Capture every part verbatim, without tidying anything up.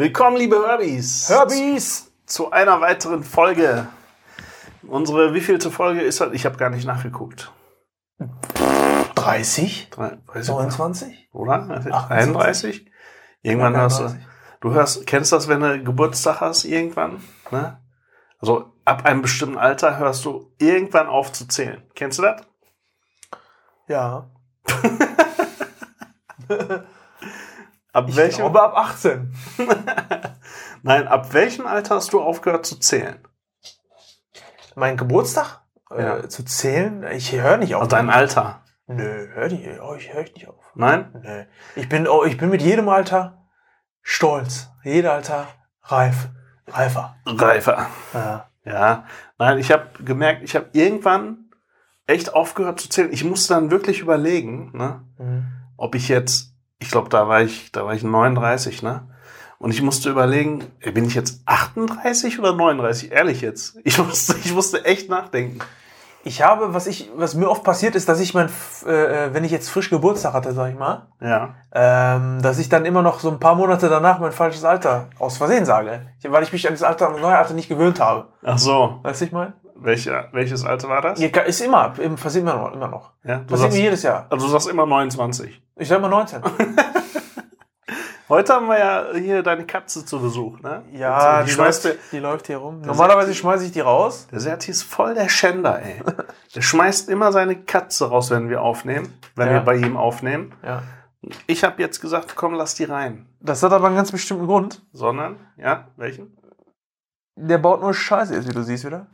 Willkommen, liebe Herbies. Herbies! Zu einer weiteren Folge. Unsere wievielte Folge ist halt? Ich habe gar nicht nachgeguckt. dreißig? neunundzwanzig? Oder? achtundzwanzig? einunddreißig? Irgendwann ja, hörst du. Du hörst, kennst das, wenn du Geburtstag hast irgendwann? Ne? Also ab einem bestimmten Alter hörst du irgendwann auf zu zählen. Kennst du das? Ja. Ab Ich welchem? glaube ab achtzehn. Nein, ab welchem Alter hast du aufgehört zu zählen? Mein Geburtstag? Ja. Äh, zu zählen? Ich höre nicht auf. Und dein Alter? Nö, hör die, oh, ich höre ich nicht auf. Nein? Nö. Ich bin, oh, ich bin mit jedem Alter stolz. Jeder Alter reif. Reifer. Reifer. Ja. Ja. Nein, ich habe gemerkt, ich habe irgendwann echt aufgehört zu zählen. Ich musste dann wirklich überlegen, ne, Mhm. ob ich jetzt, ich glaube, da war ich, da war ich neununddreißig, ne? Und ich musste überlegen, ey, bin ich jetzt achtunddreißig oder neununddreißig? Ehrlich jetzt. Ich musste, ich musste echt nachdenken. Ich habe, was ich, was mir oft passiert ist, dass ich mein, äh, wenn ich jetzt frisch Geburtstag hatte, sag ich mal, Ja. ähm, dass ich dann immer noch so ein paar Monate danach mein falsches Alter aus Versehen sage. Weil ich mich an das Alter, an das neue Alter nicht gewöhnt habe. Ach so. Weißt du, ich meine? Welche, welches Alter war das? Ist immer, im- passiert immer noch, immer noch. Ja, du Passiert sagst, mir jedes Jahr. also du sagst immer neunundzwanzig. Ich sag immer neunzehn. Heute haben wir ja hier deine Katze zu Besuch, ne? Ja, die, die, schmeißt läuft, der, die läuft hier rum. Der Normalerweise sagt- schmeiße ich die raus. der Serti ist voll der Schänder, ey. Der schmeißt immer seine Katze raus, wenn wir aufnehmen, wenn Ja. wir bei ihm aufnehmen. Ja. Ich habe jetzt gesagt, komm, lass die rein. Das hat aber einen ganz bestimmten Grund. Sondern, ja, welchen? Der baut nur Scheiße jetzt, wie du siehst, wieder.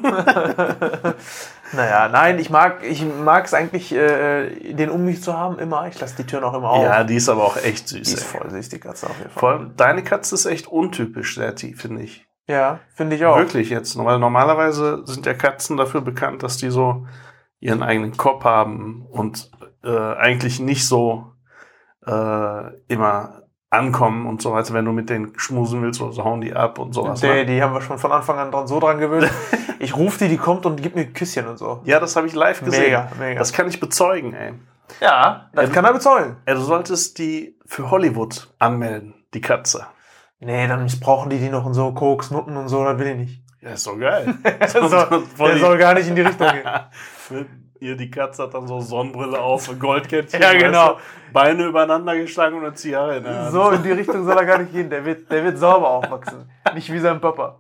Naja, nein, ich mag ich mag es eigentlich, äh, den um mich zu haben, immer. Ich lasse die Türen auch immer auf. Ja, die ist aber auch echt süß. die ist ey. voll süß, die Katze auf jeden Fall. Vor allem, deine Katze ist echt untypisch, Serti, finde ich. Ja, finde ich auch. Wirklich jetzt. Weil normalerweise sind ja Katzen dafür bekannt, dass die so ihren eigenen Kopf haben und äh, eigentlich nicht so äh, immer ankommen und so weiter. Wenn du mit denen schmusen willst, oder so hauen die ab und sowas. Die, Ne? die haben wir schon von Anfang an dran so dran gewöhnt. Ich rufe die, die kommt und gibt mir ein Küsschen und so. Ja, das habe ich live gesehen. Mega, mega. Das kann ich bezeugen, ey. Ja, das Ja, kann er bezeugen. Ja, du solltest die für Hollywood anmelden, die Katze. Nee, dann missbrauchen die die noch und so, Koks, Nutten und so, das will ich nicht. Ja, ist doch geil. Der soll, Voll der die- soll gar nicht in die Richtung gehen. Ihr, die Katze hat dann so Sonnenbrille auf, ein Goldkettchen. Ja, genau. weißt du, Beine übereinander geschlagen und eine Zigarre in der Hand. So, in die Richtung soll er gar nicht gehen. Der wird, der wird sauber aufwachsen. Nicht wie sein Papa.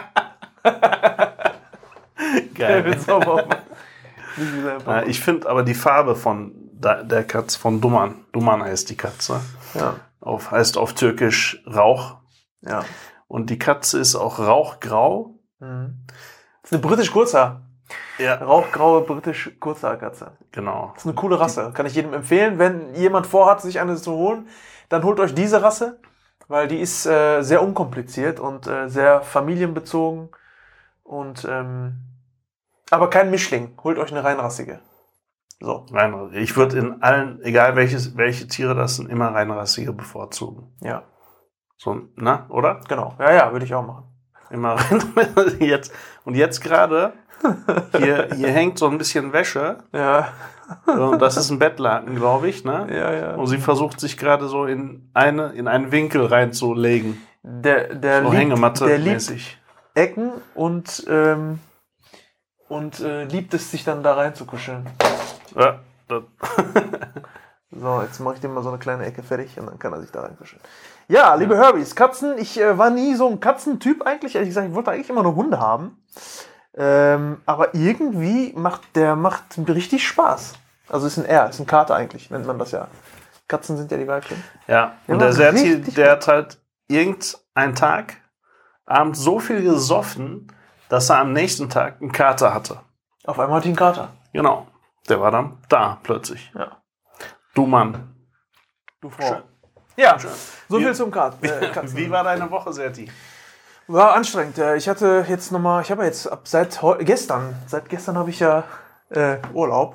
Der Geil. wird sauber aufwachsen. Nicht wie sein Papa. Ja, ich finde aber die Farbe von da- der Katze, von Duman, Duman heißt die Katze, Ja. auf, heißt auf Türkisch Rauch. Ja. Und die Katze ist auch rauchgrau. Mhm. Das ist eine britisch Kurzhaar. Ja, Rauchgraue britisch Kurzhaarkatze. genau. Das ist eine coole Rasse. Kann ich jedem empfehlen. Wenn jemand vorhat, sich eine zu holen, dann holt euch diese Rasse, weil die ist äh, sehr unkompliziert und äh, sehr familienbezogen. Und ähm, aber kein Mischling. Holt euch eine reinrassige. So. Rein, ich würde in allen, egal welches, welche Tiere das sind, immer reinrassige bevorzugen. Ja, So, na, oder? genau. Ja, ja, würde ich auch machen. Immer rein. jetzt, und jetzt gerade, hier, hier hängt so ein bisschen Wäsche. Ja, Und das ist ein Bettlaken, glaube ich, ne? ja, ja. Und sie versucht sich gerade so in eine, in einen Winkel reinzulegen. Der, der So liebt, Hängematte der liebt mäßig. Ecken und ähm, und äh, liebt es, sich dann da reinzukuscheln. Ja, das, So, jetzt mache ich dem mal so eine kleine Ecke fertig und dann kann er sich da reinkuscheln. Ja, liebe Herbies, Katzen, ich äh, war nie so ein Katzentyp eigentlich. Ehrlich gesagt, ich wollte eigentlich immer nur Hunde haben. Ähm, aber irgendwie macht der macht richtig Spaß. Also ist ein R, ist ein Kater eigentlich, nennt man das ja. Katzen sind ja die Weibchen. ja. Ja, Und der macht Serti, richtig der hat halt irgendeinen Tag abends so viel gesoffen, dass er am nächsten Tag einen Kater hatte. Auf einmal hat die einen Kater. Genau. Der war dann da plötzlich. Ja. Du Mann. Du Frau. Schön. Ja, Schön. so Wie- viel zum Kat äh, Katzen. Wie war deine Woche, Serti? War anstrengend. Äh, Ich hatte jetzt nochmal, ich habe ja jetzt ab seit heu- gestern, seit gestern habe ich ja äh, Urlaub.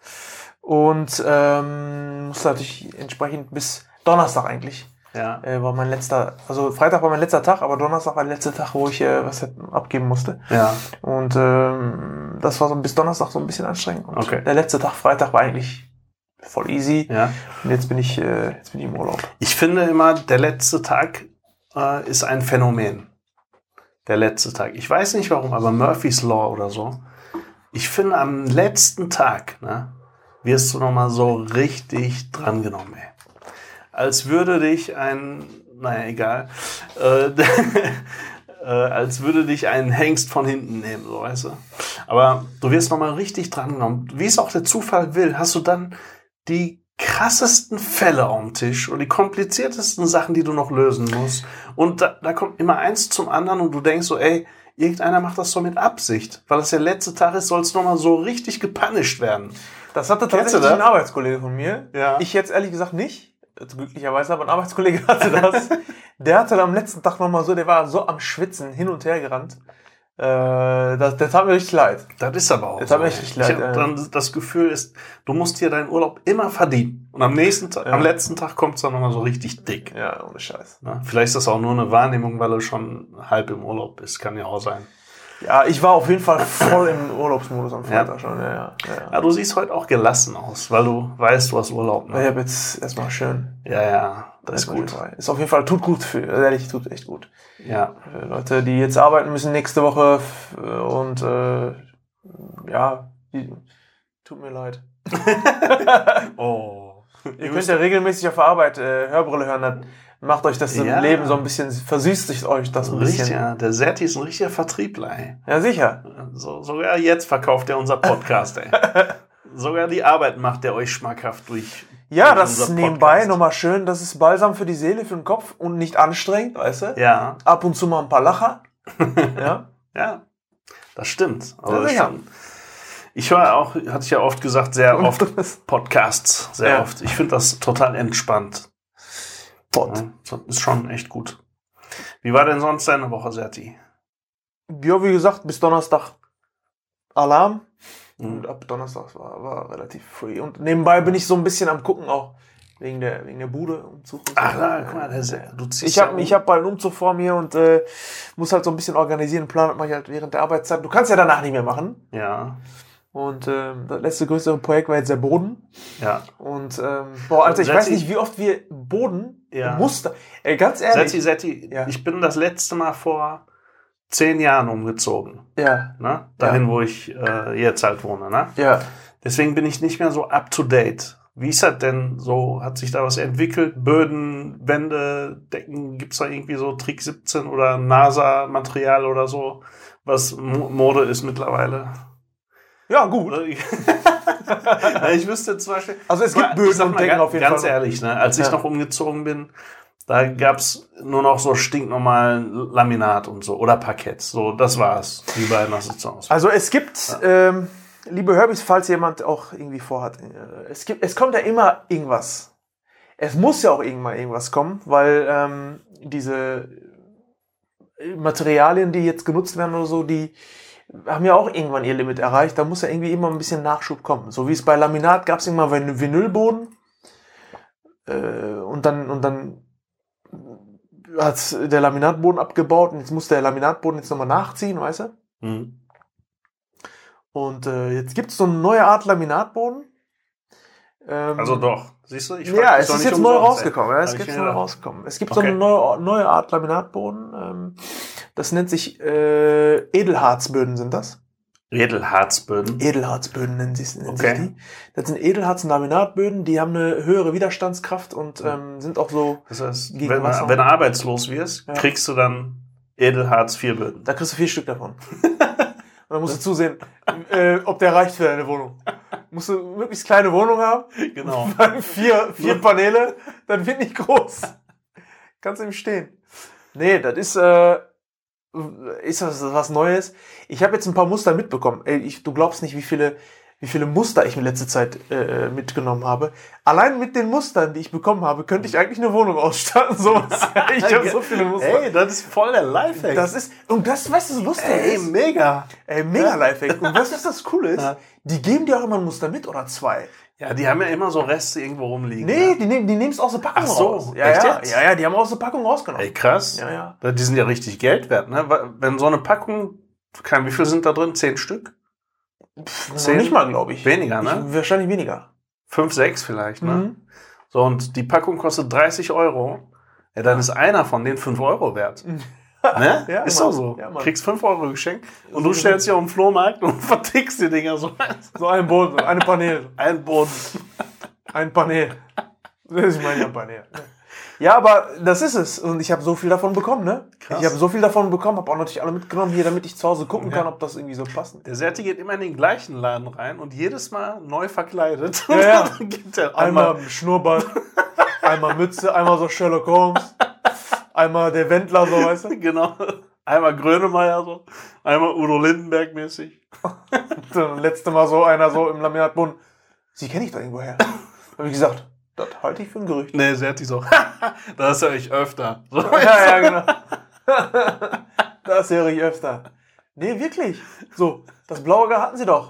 Und ähm, musste natürlich entsprechend bis Donnerstag eigentlich. Ja. Äh, war mein letzter, also Freitag war mein letzter Tag, aber Donnerstag war der letzte Tag, wo ich äh, was hätte abgeben musste. Ja. Und ähm, das war so bis Donnerstag so ein bisschen anstrengend. Und Okay. der letzte Tag, Freitag, war eigentlich voll easy. Ja. Und jetzt bin ich, äh, jetzt bin ich im Urlaub. Ich finde immer, der letzte Tag äh, ist ein Phänomen. Der letzte Tag. Ich weiß nicht warum, aber Murphy's Law oder so. Ich finde, am letzten Tag, ne, wirst du nochmal so richtig drangenommen, ey. Als würde dich ein, naja, egal, äh, äh, als würde dich ein Hengst von hinten nehmen, so, weißt du. Aber du wirst nochmal richtig drangenommen. Wie es auch der Zufall will, hast du dann die krassesten Fälle am Tisch und die kompliziertesten Sachen, die du noch lösen musst. Und da, da kommt immer eins zum anderen und du denkst so, ey, irgendeiner macht das so mit Absicht. Weil es der letzte Tag ist, soll es nochmal so richtig gepunished werden. Das hatte tatsächlich ein Arbeitskollege von mir. Ja. Ich jetzt ehrlich gesagt nicht. Glücklicherweise, aber ein Arbeitskollege hatte das. Der hatte am letzten Tag nochmal so, der war so am Schwitzen, hin und her gerannt. Äh, das, das tat mir richtig leid. Das ist aber auch das so. Hat mir richtig leid. Ich hab dann das Gefühl ist, du musst dir deinen Urlaub immer verdienen. Und am nächsten Tag, ja. am letzten Tag kommt es dann nochmal so richtig dick. Ja, ohne Scheiß. Na, vielleicht ist das auch nur eine Wahrnehmung, weil du schon halb im Urlaub bist. Kann ja auch sein. Ja, ich war auf jeden Fall voll im Urlaubsmodus am Freitag ja. schon. Ja, ja, ja. ja, du siehst heute auch gelassen aus, weil du weißt, du hast Urlaub. Ne? Ich hab jetzt erstmal schön. Ja, ja, das ist gut. Frei. Ist auf jeden Fall, tut gut, für, ehrlich, tut echt gut. Ja. Für Leute, die jetzt arbeiten müssen nächste Woche und äh, ja, die, tut mir leid. oh. Ihr könnt ja regelmäßig auf der Arbeit äh, Hörbrille hören, dann macht euch das ja. Leben so ein bisschen, versüßt sich euch das ein Richtig, bisschen. ja. Der Serti ist ein richtiger Vertriebler, ey. Ja, sicher. So, sogar jetzt verkauft er unser Podcast, ey. Sogar die Arbeit macht er euch schmackhaft durch. Ja, durch das ist nebenbei nochmal schön, das ist Balsam für die Seele, für den Kopf und nicht anstrengend, weißt du? Ja. Ab und zu mal ein paar Lacher. ja. Ja, das stimmt. Also ja, das stimmt. Ich höre auch, hatte ich ja oft gesagt, sehr oft Podcasts, sehr ja. oft. Ich finde das total entspannt. Pod. Ja, das ist schon echt gut. Wie war denn sonst deine Woche, Serti? Ja, wie gesagt, bis Donnerstag Alarm. Mhm. Und ab Donnerstag war, war relativ free. Und nebenbei bin ich so ein bisschen am Gucken auch. Wegen der, wegen der Bude, Umzug und so. Ach, na, guck mal, das, du ziehst ich habe ja um. ich hab bald einen Umzug vor mir und äh, muss halt so ein bisschen organisieren. Plan mache ich halt während der Arbeitszeit. Du kannst ja danach nicht mehr machen. Ja. Und ähm, das letzte größere Projekt war jetzt der Boden. Ja. Und ähm, boah, also ich Setzi, weiß nicht, wie oft wir Boden ja. Muster. Ey, ganz ehrlich. Setzi, Setzi, ja. ich bin das letzte Mal vor zehn Jahren umgezogen. Ja. Ne? Dahin, ja. wo ich äh, jetzt halt wohne. Ne? Ja. Deswegen bin ich nicht mehr so up to date. Wie ist das denn so? Hat sich da was entwickelt? Böden, Wände, Decken? Gibt's da irgendwie so Trick siebzehn oder NASA-Material oder so, was Mo- Mode ist mittlerweile? Ja, gut. Ich wüsste zum Beispiel... Also es gibt Böden und Decken auf jeden Fall. Ganz Fall. ehrlich, ne? Als ich ja. noch umgezogen bin, da gab's nur noch so stinknormalen Laminat und so. Oder Parkett. So, das war's. Wie bei Nasse zu Hause. Also es gibt... Ja. Ähm, liebe Herbys, falls jemand auch irgendwie vorhat, es gibt, es kommt ja immer irgendwas. Es muss ja auch irgendwann irgendwas kommen, weil ähm, diese Materialien, die jetzt genutzt werden oder so, die haben ja auch irgendwann ihr Limit erreicht. Da muss ja irgendwie immer ein bisschen Nachschub kommen. So wie es bei Laminat gab es irgendwann einen Vinylboden äh, und dann und dann hat der Laminatboden abgebaut und jetzt muss der Laminatboden jetzt nochmal nachziehen, weißt du? Mhm. Und äh, jetzt gibt es so eine neue Art Laminatboden. Ähm, Also doch. Siehst du? Ich ja, es ist jetzt neu umsonst, rausgekommen. Ja, es Hab gibt ich neu mir rausgekommen. Es gibt Okay. so eine neue, neue Art Laminatboden. Ähm, das nennt sich äh, Edelharzböden, sind das? Edelharzböden. Edelharzböden nennen, sie, nennen Okay. sich die. Das sind Edelharz- und Laminatböden, die haben eine höhere Widerstandskraft und ähm, sind auch so. Das heißt, Gegen wenn, Wasser. wenn du arbeitslos wirst, Ja. kriegst du dann Edelharz vier Böden. Da kriegst du vier Stück davon. Und dann musst du zusehen, äh, ob der reicht für deine Wohnung. Musst du eine möglichst kleine Wohnung haben. Genau. vier, vier Paneele, dann wird nicht groß. Kannst du ihm stehen. Nee, das ist, äh, ist das was Neues. Ich habe jetzt ein paar Muster mitbekommen. Ey, ich, du glaubst nicht, wie viele, wie viele Muster ich in letzter Zeit äh, mitgenommen habe. Allein mit den Mustern, die ich bekommen habe, könnte ich eigentlich eine Wohnung ausstatten. So, ich habe so viele Muster. Ey, das ist voll der Lifehack. Das ist, und das, weißt du, so lustig Ey, ist? mega. Ey, mega Lifehack. Und weißt du, was das Coole ist? Ja. Die geben dir auch immer ein Muster mit oder zwei. Ja, die haben ja immer so Reste irgendwo rumliegen. Nee, Ja. die nehmen, die nehmen es aus der Packung Ach so, raus. Ja, echt ja, jetzt? ja, ja, die haben aus der Packung rausgenommen. Ey, krass. Ja, ja. Die sind ja richtig Geld wert, ne? Wenn so eine Packung, kein, wie viel sind da drin? Zehn Stück? Pff, noch Zehn? nicht mal, glaube ich. Weniger, ne? Ich, wahrscheinlich weniger. Fünf, sechs vielleicht, ne? Mhm. So, und die Packung kostet dreißig Euro. Ja, dann ist einer von denen fünf Euro wert. Ne? Ja, ist Mann. doch so. Ja, Mann. Kriegst fünf Euro geschenkt und du stellst dich auf den Flohmarkt und vertickst die Dinger so. So ein Boden, eine Panel. Ein Boden. Ein Panel. Das ist mein Panel. Ja, aber das ist es. Und ich habe so viel davon bekommen, ne? Krass. Ich habe so viel davon bekommen, habe auch natürlich alle mitgenommen hier, damit ich zu Hause gucken Ja. kann, ob das irgendwie so passt. Der Serti geht immer in den gleichen Laden rein und jedes Mal neu verkleidet. Ja, ja. Und dann gibt er Einmal einmal, Schnurrbart, einmal Mütze, einmal so Sherlock Holmes, einmal der Wendler, so weißt du. genau, einmal Grönemeyer so, einmal Udo Lindenberg mäßig. Das letzte Mal so einer so im Laminatboden. Sie kenne ich doch irgendwoher. Habe ich gesagt, das halte ich für ein Gerücht. Nee, Serti so, das höre ich öfter. So, Ja, ja, genau. Das höre ich öfter. Nee, wirklich. So, das blaue Gar hatten sie doch.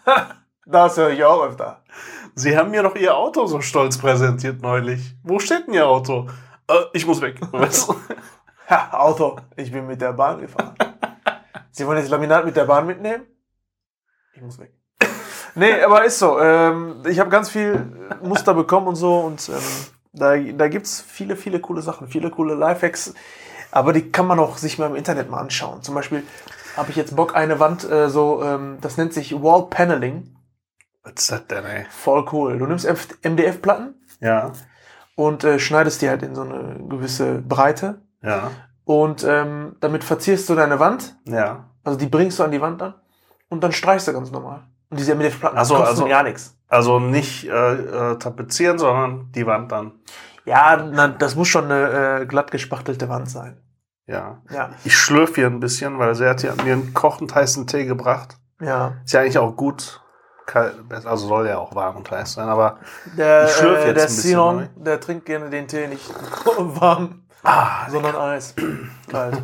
Das höre ich auch öfter. Sie haben mir doch Ihr Auto so stolz präsentiert neulich. Wo steht denn Ihr Auto? Äh, ich muss weg. Weißt du? Ja, Auto. Ich bin mit der Bahn gefahren. Sie wollen jetzt Laminat mit der Bahn mitnehmen? Ich muss weg. Nee, aber ist so. Ähm, ich habe ganz viel Muster bekommen und so. Und ähm, da, da gibt es viele, viele coole Sachen. Viele coole Lifehacks. Aber die kann man auch sich mal im Internet mal anschauen. Zum Beispiel habe ich jetzt Bock, eine Wand äh, so, ähm, das nennt sich Wall Paneling. Was ist das denn, ey? Voll cool. Du nimmst M D F-Platten Ja, und äh, schneidest die halt in so eine gewisse Breite. ja, Und ähm, damit verzierst du deine Wand. ja. Also die bringst du an die Wand dann. Und dann streichst du ganz normal. Und diese M D F-Platten Ach so, kosten also- gar nichts. Also nicht äh, äh, tapezieren, sondern die Wand dann. Ja, na, das muss schon eine äh, glatt gespachtelte Wand sein. Ja. Ja. Ich schlürfe hier ein bisschen, weil Serti hat mir einen kochend heißen Tee gebracht. Ja. Ist ja eigentlich auch gut. Kalt, also soll ja auch warm und heiß sein, aber Der, Ich schlürf äh, jetzt der ein bisschen, Sinon, oder? der trinkt gerne den Tee nicht warm, ah, sondern Eis. Kalt.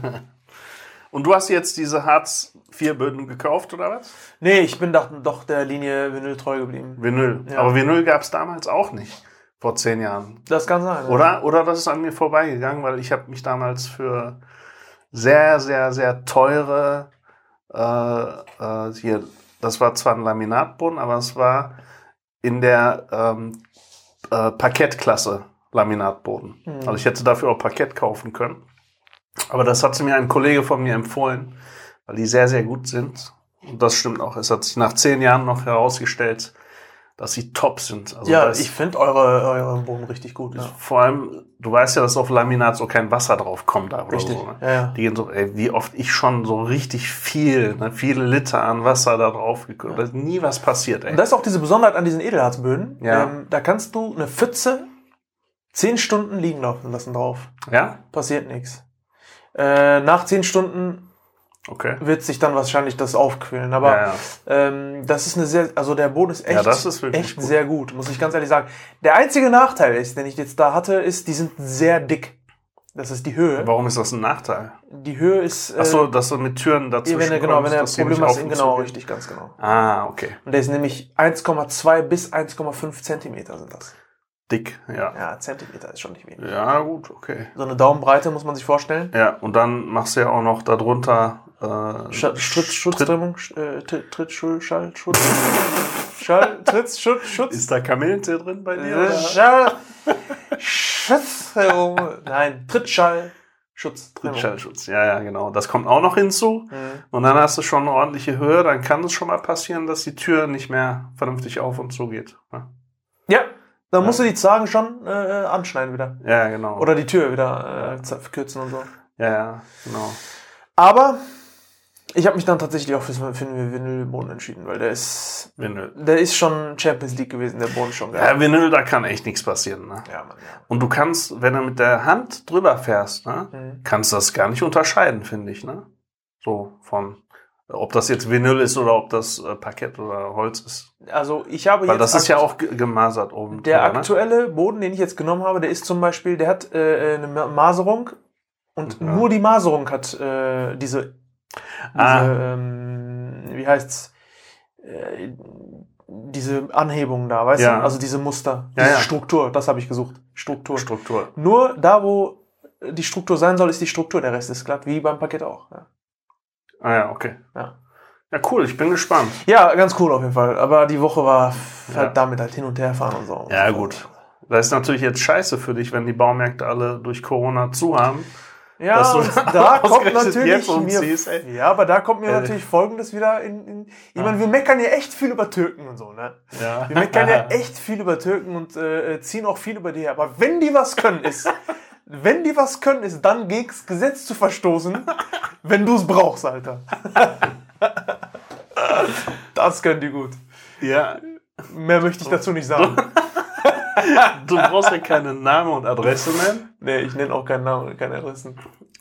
und du hast jetzt diese Hartz vier Böden gekauft, oder was? Nee, ich bin doch, doch der Linie Vinyl treu geblieben. Vinyl. Ja. Aber Vinyl gab es damals auch nicht, vor zehn Jahren. Das kann sein. ja. Oder? Oder das ist an mir vorbeigegangen, weil ich habe mich damals für sehr, sehr, sehr teure, äh, äh, hier, das war zwar ein Laminatboden, aber es war in der ähm, äh, Parkettklasse Laminatboden. Mhm. Also ich hätte dafür auch Parkett kaufen können. Aber das hat mir ein Kollege von mir empfohlen, weil die sehr, sehr gut sind. Und das stimmt auch. Es hat sich nach zehn Jahren noch herausgestellt, dass sie top sind. Also Ja, da ist- ich finde eure, euren Boden richtig gut. Ja. vor allem, du weißt ja, dass auf Laminat so kein Wasser drauf kommt. Da oder Richtig. So, ne? Ja, ja. Die gehen so, ey, wie oft ich schon so richtig viel, ne, viele Liter an Wasser da drauf gekommen. Da ist nie was passiert, ey. Und das ist auch diese Besonderheit an diesen Edelharzböden. Ja. Ähm, da kannst du eine Pfütze zehn Stunden liegen laufen lassen drauf. Ja? Passiert nichts. Äh, nach zehn Stunden Okay. wird sich dann wahrscheinlich das aufquillen. Aber Ja, ja. Ähm, das ist eine sehr, also der Boden ist echt, Ja, das ist wirklich echt gut. sehr gut, muss ich ganz ehrlich sagen. Der einzige Nachteil ist, den ich jetzt da hatte, ist, die sind sehr dick. Das ist die Höhe. Warum ist das ein Nachteil? Die Höhe ist, äh, Ach so, dass du mit Türen dazwischen wenn er, genau, wenn kommst, er dass sie Probleme nicht hast, auf und genau, zu gehen. richtig, ganz genau. Ah, okay. Und der ist nämlich eins Komma zwei bis eins Komma fünf Zentimeter sind das. Dick, ja. Ja, Zentimeter ist schon nicht wenig. Ja, gut, okay. So eine Daumenbreite muss man sich vorstellen. Ja, und dann machst du ja auch noch darunter äh, Sch- Tritt, Schutzdämmung, äh, Tritt, Tritt, Schul- Schall, Schutz, Schall, Tritt, Schutz, Schutz. Ist da Kamillentee drin bei dir? Äh, Oder? Schall, Schutztrennung. Nein, Trittschall, Schutztrennung. Trittschallschutz, ja, ja, genau. Das kommt auch noch hinzu. Mhm. Und dann hast du schon eine ordentliche Höhe, dann kann es schon mal passieren, dass die Tür nicht mehr vernünftig auf und zu geht. Ne? Ja, dann musst du die Zagen schon äh, anschneiden wieder. Ja, genau. Oder die Tür wieder äh, z- verkürzen und so. ja, ja, genau. Aber ich habe mich dann tatsächlich auch für, für den Vinylboden entschieden, weil der ist, Vinyl. der ist schon Champions League gewesen, der Boden schon geil. Ja, Vinyl, da kann echt nichts passieren. Ne? Ja, Mann, ja. Und du kannst, wenn du mit der Hand drüber fährst, ne, Mhm. kannst du das gar nicht unterscheiden, finde ich. Ne? So von, ob das jetzt Vinyl ist oder ob das äh, Parkett oder Holz ist. Also ich habe Weil jetzt das ist ja akt- auch ge- gemasert oben. der drüber, ne? aktuelle Boden, den ich jetzt genommen habe, der ist zum Beispiel, der hat äh, eine Ma- Maserung und Ja. nur die Maserung hat äh, diese, diese Ah. ähm, wie heißt's, äh, diese Anhebung da, weißt Ja. du? Also diese Muster, Ja, diese ja. Struktur, das habe ich gesucht. Struktur. Struktur. Nur da, wo die Struktur sein soll, ist die Struktur, der Rest ist glatt, wie beim Parkett auch. Ja, Ah ja, okay. ja. Ja, cool, ich bin gespannt. ja ganz cool auf jeden Fall. Aber die Woche war Ja. halt damit halt hin und her fahren und so. Ja, gut. Das ist natürlich jetzt scheiße für dich, wenn die Baumärkte alle durch Corona zu haben. Ja, dass du und da kommt ausgerechnet natürlich jetzt mir, umziehst, ey. ja, aber da kommt mir Äh. natürlich Folgendes wieder in, in ich Ah. meine, wir meckern ja echt viel über Türken und so, ne? Ja. Wir meckern ja echt viel über Türken und äh, ziehen auch viel über die her. Aber wenn die was können, ist, wenn die was können, ist dann gegen das Gesetz zu verstoßen, wenn du es brauchst, Alter. Das können die gut. Ja, Mehr möchte ich dazu nicht sagen. du brauchst ja keine Name und Adresse nennen. Nee, ich nenne auch keinen Namen, keine Adressen.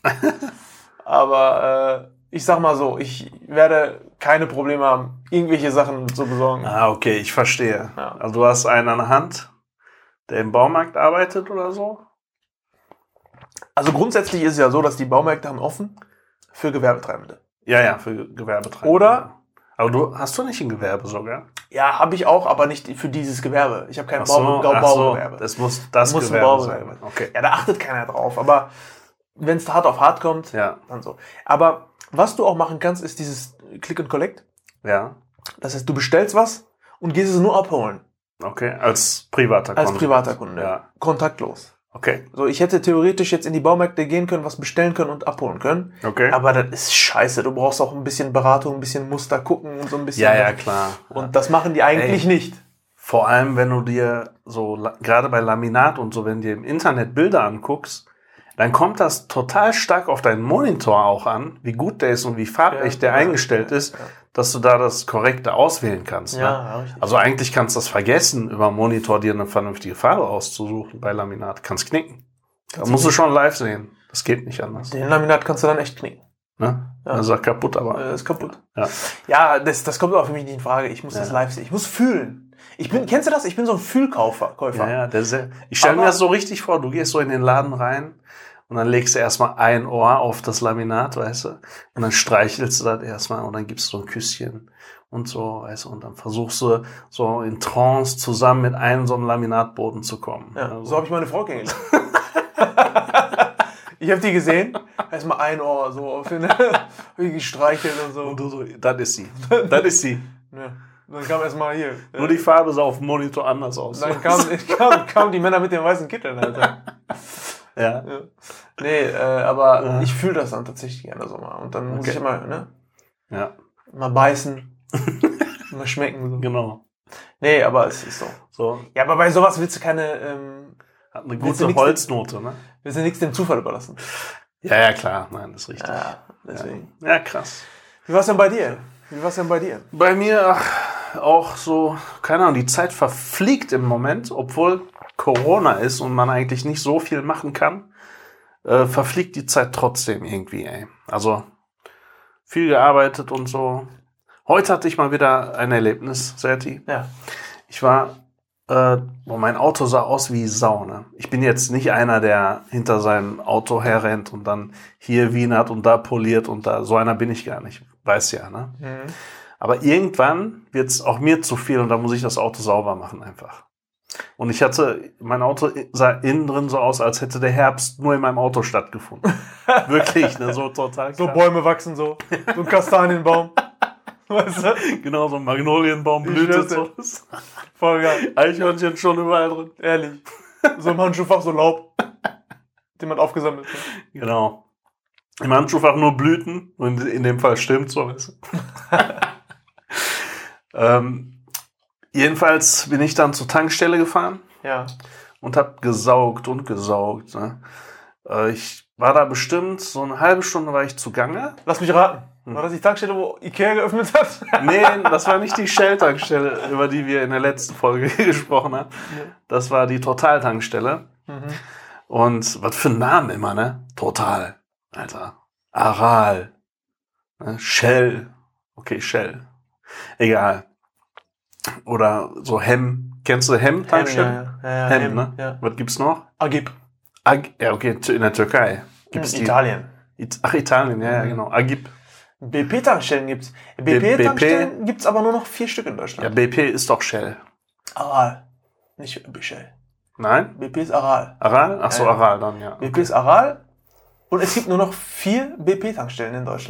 Aber äh, ich sag mal so, ich werde keine Probleme haben, irgendwelche Sachen zu besorgen. Ah, okay, ich verstehe. Ja. Also du hast einen an der Hand, der im Baumarkt arbeitet oder so? Also grundsätzlich ist es ja so, dass die Baumärkte haben offen für Gewerbetreibende. Ja, ja, für Gewerbetreibende. Oder? Aber du hast du nicht ein Gewerbe sogar? Ja, habe ich auch, aber nicht für dieses Gewerbe. Ich habe kein Ach so, Bau, Bau, ach so, Baugewerbe. das muss das Muss ein Gewerbe Baugewerbe. sein. Okay. Ja, da achtet keiner drauf. Aber wenn es hart auf hart kommt, Ja, dann so. Aber was du auch machen kannst, ist dieses Click and Collect. ja. Das heißt, du bestellst was und gehst es nur abholen. Okay, als privater Als Kunde. privater Kunde. Ja. Kontaktlos. Okay, So, ich hätte theoretisch jetzt in die Baumärkte gehen können, was bestellen können und abholen können. okay. Aber das ist scheiße. Du brauchst auch ein bisschen Beratung, ein bisschen Muster gucken und so ein bisschen. Ja, ja, klar. Und das machen die eigentlich Ey. nicht. Vor allem, wenn du dir so, la- gerade bei Laminat und so, wenn du dir im Internet Bilder anguckst, dann kommt das total stark auf deinen Monitor auch an, wie gut der ist und wie farbecht Ja, der ja, eingestellt ja, ist, ja. dass du da das Korrekte auswählen kannst. Ja, Ne? richtig. Also eigentlich kannst du das vergessen, über Monitor dir eine vernünftige Farbe auszusuchen bei Laminat. Kannst knicken. Da musst du schon live sehen. Das geht nicht anders. Den Laminat kannst du dann echt knicken. Ne? Ja. Das ist auch kaputt, aber. Äh, ist kaputt. Ja. Ja, das, das kommt auch für mich nicht in Frage. Ich muss Ja. das live sehen. Ich muss fühlen. Ich bin, kennst du das? Ich bin so ein Fühlkäufer. Käufer. Ja, ja, der sehr, ich stelle mir Aber- das so richtig vor, du gehst so in den Laden rein und dann legst du erstmal ein Ohr auf das Laminat, weißt du, und dann streichelst du das erstmal und dann gibst du so ein Küsschen und so, weißt du, und dann versuchst du so in Trance zusammen mit einem so einem Laminatboden zu kommen. Ja, Also, so habe ich meine Frau kennengelernt. Ich habe die gesehen, erstmal ein Ohr so auf den, wie gestreichelt und so. und du so, das ist sie, das ist sie. Ja. Dann kam erstmal hier. Nur die Farbe sah auf dem Monitor anders aus. Dann kamen kam, kam die Männer mit den weißen Kitteln, Alter. Ja. Ja. Nee, äh, aber Ja. ich fühle das dann tatsächlich gerne so mal. Und dann muss Okay. ich immer, ne? Ja, Mal beißen. Mal schmecken. So. genau. Nee, aber es ist so. So, Ja, aber bei sowas willst du keine, ähm, hat eine Willst du gute nichts- Holznote, ne? willst du nichts dem Zufall überlassen. Ja, ja, klar, nein, das ist richtig. Ja, deswegen. Ja, krass. Wie war's denn bei dir? Wie war's denn bei dir? Bei mir ach, auch so, keine Ahnung, die Zeit verfliegt im Moment, obwohl Corona ist und man eigentlich nicht so viel machen kann, äh, verfliegt die Zeit trotzdem irgendwie, ey. Also viel gearbeitet und so. Heute hatte ich mal wieder ein Erlebnis, Serti. Ja. Ich war, äh, oh, mein Auto sah aus wie Sau, ne? Ich bin jetzt nicht einer, der hinter seinem Auto herrennt und dann hier wienert und da poliert und da, so einer bin ich gar nicht. Weiß ja, ne? Mhm. Aber irgendwann wird es auch mir zu viel und dann muss ich das Auto sauber machen einfach. Und ich hatte, mein Auto sah innen drin so aus, als hätte der Herbst nur in meinem Auto stattgefunden. Wirklich, ne? So total So krass. Bäume wachsen so. So ein Kastanienbaum. Weißt du? Genau, so ein Magnolienbaum Ich blühte schwör's so. Voll geil. Eichhörnchen schon überall drin. Ehrlich. So im Handschuhfach so Laub. Den man aufgesammelt hat. Genau. Im Handschuhfach nur Blüten. Und in dem Fall stimmt so. Weißt du? ähm, jedenfalls bin ich dann zur Tankstelle gefahren Ja. und habe gesaugt und gesaugt. Ne? Äh, ich war da bestimmt, so eine halbe Stunde war ich zugange. Lass mich raten. War das die Tankstelle, wo Ikea geöffnet hat? Nee, das war nicht die Shell-Tankstelle, über die wir in der letzten Folge gesprochen haben. Das war die Total-Tankstelle. Mhm. Und was für ein Name immer, ne? Total. Alter. Aral. Ne? Shell. Okay, Shell. Egal. Oder so Hem. Kennst du Hem-Tankstelle? Ja, ja, ja, Hem, Hem, ne? Ja. Was gibt's noch? Agib. Ag ja, okay, in der Türkei. Gibt's die? Italien. It Ach, Italien, ja, ja, genau. Agib. B P-Tankstellen gibt's. B- B P-Tankstellen gibt's aber nur noch vier Stück in Ja, Deutschland. B P ist doch Shell. Aral. Nicht Shell. Nein? B P ist Aral. Aral? Ach so, Ja, ja. Aral dann, ja. B P ist Aral. Und es gibt nur noch vier B P-Tankstellen in Deutschland.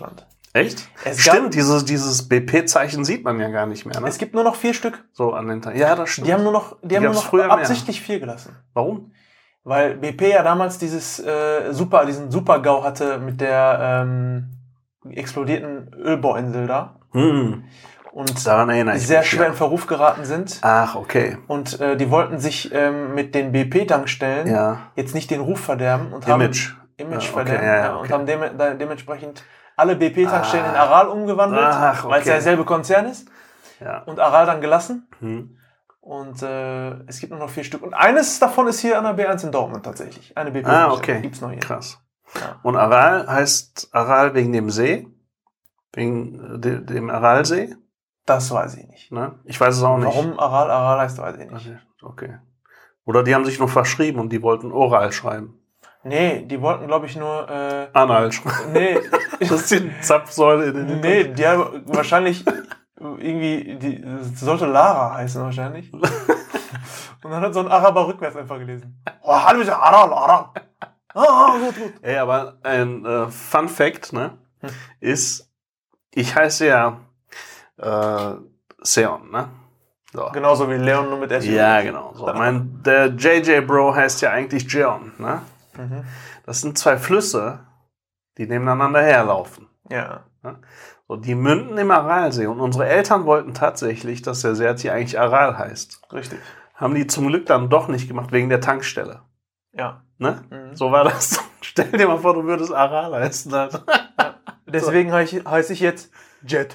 Echt? Es Stimmt, gab- dieses, dieses B P-Zeichen sieht man ja gar nicht mehr, ne? Es gibt nur noch vier Stück. So an den Tagen. Ja, das stimmt. Die haben nur noch, die haben nur gab's noch früher mehr. absichtlich vier gelassen. Warum? Weil B P ja damals dieses äh, super, diesen Super-GAU hatte mit der ähm, explodierten Ölbohrinsel da. Hm. Und Daran erinnere ich sehr mich, schwer ja. in Verruf geraten sind. Ach, okay. Und äh, die wollten sich ähm, mit den B P-Tankstellen Ja. jetzt nicht den Ruf verderben und Image. haben Image Ja, okay, verderben ja, ja, ja, und okay. haben dem, da, dementsprechend alle B P-Tankstellen Ah. in Aral umgewandelt, Ach, weil es okay. ja derselbe Konzern ist. Ja. Und Aral dann gelassen. Hm. Und äh, es gibt nur noch vier Stück. Und eines davon ist hier an der B eins in Dortmund tatsächlich. Eine B P Ah, okay. Gibt's noch hier. Krass. Ja. Und Aral heißt Aral wegen dem See? Wegen äh, de, dem Aralsee? Das weiß ich nicht. Ne? Ich weiß es auch nicht. Warum Aral Aral heißt, weiß ich nicht. Okay. Oder die haben sich nur verschrieben und die wollten Oral schreiben. Nee, die wollten, glaube ich, nur. Äh, Anal schreiben. nee, Das ist die Zapfsäule in den nee, die haben wahrscheinlich irgendwie. Die das sollte Lara heißen, wahrscheinlich. Und dann hat so ein Araber rückwärts einfach gelesen. Oh, hallo, ist ja Aral, Aral. Ah, gut, gut. Ey, aber ein äh, Fun Fact, ne, ist, ich heiße ja äh, Seon, ne? So. Genauso wie Leon, nur mit S. Ja, genau. So. Mein, der J J Bro heißt ja eigentlich Jeon, ne? Mhm. Das sind zwei Flüsse, die nebeneinander herlaufen. Ja. So, die münden im Aralsee. Und unsere Eltern wollten tatsächlich, dass der Seerti eigentlich Aral heißt. Richtig. Haben die zum Glück dann doch nicht gemacht, wegen der Tankstelle. Ja. Ne? Mhm. So war das. Stell dir mal vor, du würdest Aral heißen. Alter. Deswegen heiße ich, heiß ich jetzt Jet.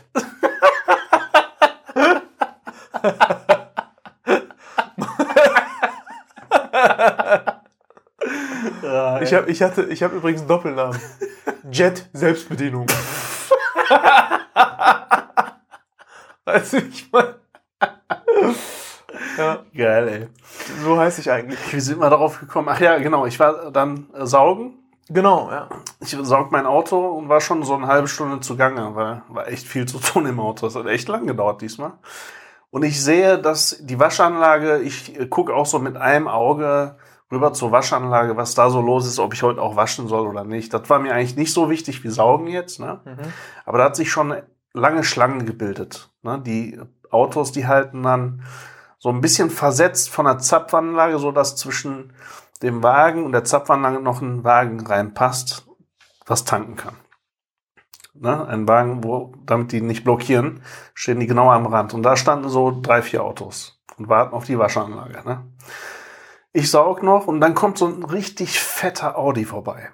Ja, Ich habe ich hatte, ich hab übrigens einen Doppelnamen. Jet Selbstbedienung. Weißt du, ich meine. Ja, geil, ey. so heiße ich eigentlich. Wie sind wir darauf gekommen? Ach ja, genau. Ich war dann äh, saugen. Genau, ja. Ich saug mein Auto und war schon so eine halbe Stunde zugange, weil war echt viel zu tun im Auto. Das hat echt lang gedauert diesmal. Und ich sehe, dass die Waschanlage, ich äh, gucke auch so mit einem Auge rüber zur Waschanlage, was da so los ist, ob ich heute auch waschen soll oder nicht. Das war mir eigentlich nicht so wichtig wie Saugen jetzt, ne? Mhm. Aber da hat sich schon lange Schlangen gebildet. Ne? Die Autos, die halten dann so ein bisschen versetzt von der Zapfanlage, so dass zwischen dem Wagen und der Zapfanlage noch ein Wagen reinpasst, was tanken kann. Ne? Ein Wagen, wo, damit die nicht blockieren, stehen die genau am Rand. Und da standen so drei, vier Autos und warten auf die Waschanlage. Ne? Ich saug noch und dann kommt so ein richtig fetter Audi vorbei.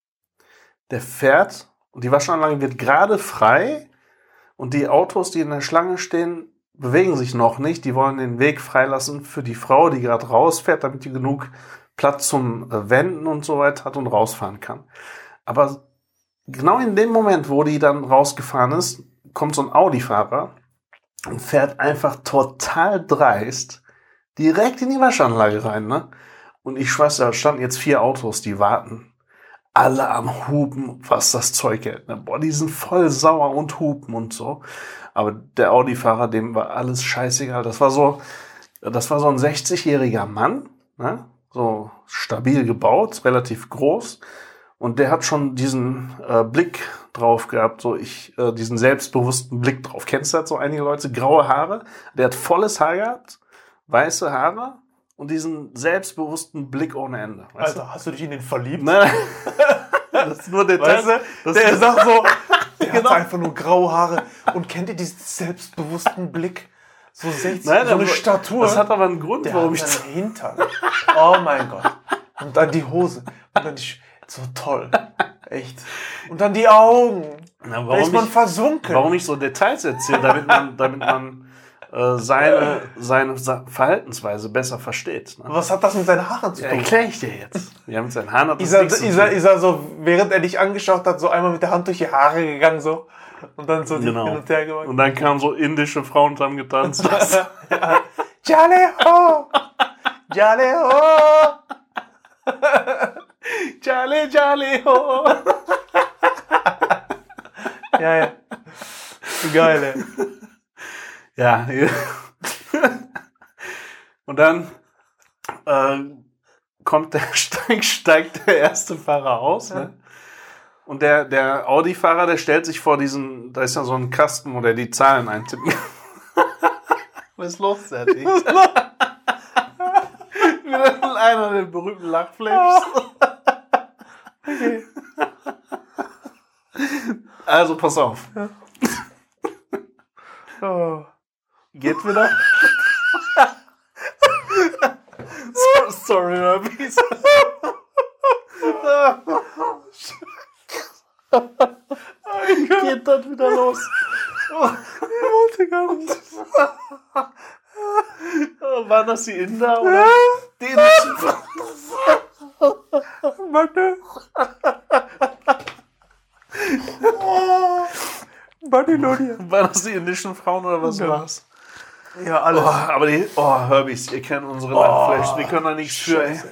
Der fährt und die Waschanlage wird gerade frei und die Autos, die in der Schlange stehen, bewegen sich noch nicht. Die wollen den Weg freilassen für die Frau, die gerade rausfährt, damit die genug Platz zum äh, Wenden und so weiter hat und rausfahren kann. Aber genau in dem Moment, wo die dann rausgefahren ist, kommt so ein Audi-Fahrer und fährt einfach total dreist direkt in die Waschanlage rein, ne? Und ich schwör's, da standen jetzt vier Autos, die warten. Alle am Hupen, was das Zeug hält. Ne? Boah, die sind voll sauer und hupen und so. Aber der Audi-Fahrer, dem war alles scheißegal. Das war so, das war so ein sechzigjähriger Mann, ne? So stabil gebaut, relativ groß. Und der hat schon diesen äh, Blick drauf gehabt, so ich, äh, diesen selbstbewussten Blick drauf. Kennst du das so einige Leute? Graue Haare. Der hat volles Haar gehabt, weiße Haare und diesen selbstbewussten Blick ohne Ende. Weißt Alter, hast du dich in den verliebt? Nein, das ist nur Details. Weißt du, das der ist, sagt so, der Genau. hat einfach nur graue Haare. Und kennt ihr diesen selbstbewussten Blick? So sechzig, Nein, so eine aber- Statur. das hat aber einen Grund, der warum hat ich einen Hintern. Oh mein Gott. Und dann die Hose. Und dann die Sch so toll. Echt. Und dann die Augen. Na, Da warum, ist man ich, versunken. warum ich so Details erzähle, damit man, damit man äh, seine, seine Sa- Verhaltensweise besser versteht. Ne? Was hat das mit seinen Haaren zu Ja, tun? erkläre ich dir jetzt. Ja, mit seinen Haaren hat das Isa, nichts zu Isa, tun. Isa so, während er dich angeschaut hat, so einmal mit der Hand durch die Haare gegangen so. Und dann so die Genau. hin und her gemacht. Und dann kamen so indische Frauen und haben getanzt. Jale ho! Jale ho! Jale, jale, ho. Ja, ja. Geil, ey. Ja. Und dann äh, kommt der, steigt, steigt der erste Fahrer aus. Ne? Und der, der Audi-Fahrer, der stellt sich vor diesen, da ist ja so ein Kasten, wo der die Zahlen eintippt. Was ist los, Serti? Wieder einer der berühmten Lachflaps. Okay. Also, pass auf. Ja. Oh. Geht wieder? Sorry, Herbies. Geht das wieder los? Ich wollte gar nicht. Waren das die Inder oder die indischen Frauen? Warte. Babylonia. Waren das die indischen Frauen oder was Ja. war's? Ja, alles. Oh, aber die, oh, Herbies, ihr kennt unsere Lachflash, wir können da nichts für, ey.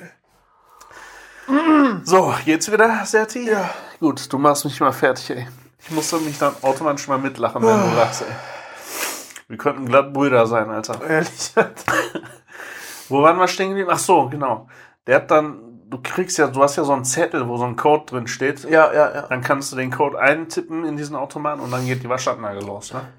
So, geht's wieder, Serti? Ja. Gut, du machst mich mal fertig, ey. Ich muss mich dann automatisch mal mitlachen, wenn du lachst, ey. Wir könnten glatt Brüder sein, Alter. Ehrlich. Wo waren wir stehen geblieben? Ach so, genau. Der hat dann, du kriegst ja, du hast ja so einen Zettel, wo so ein Code drin steht. Ja, ja, ja. Dann kannst du den Code eintippen in diesen Automaten und dann geht die Waschanlage los, ne?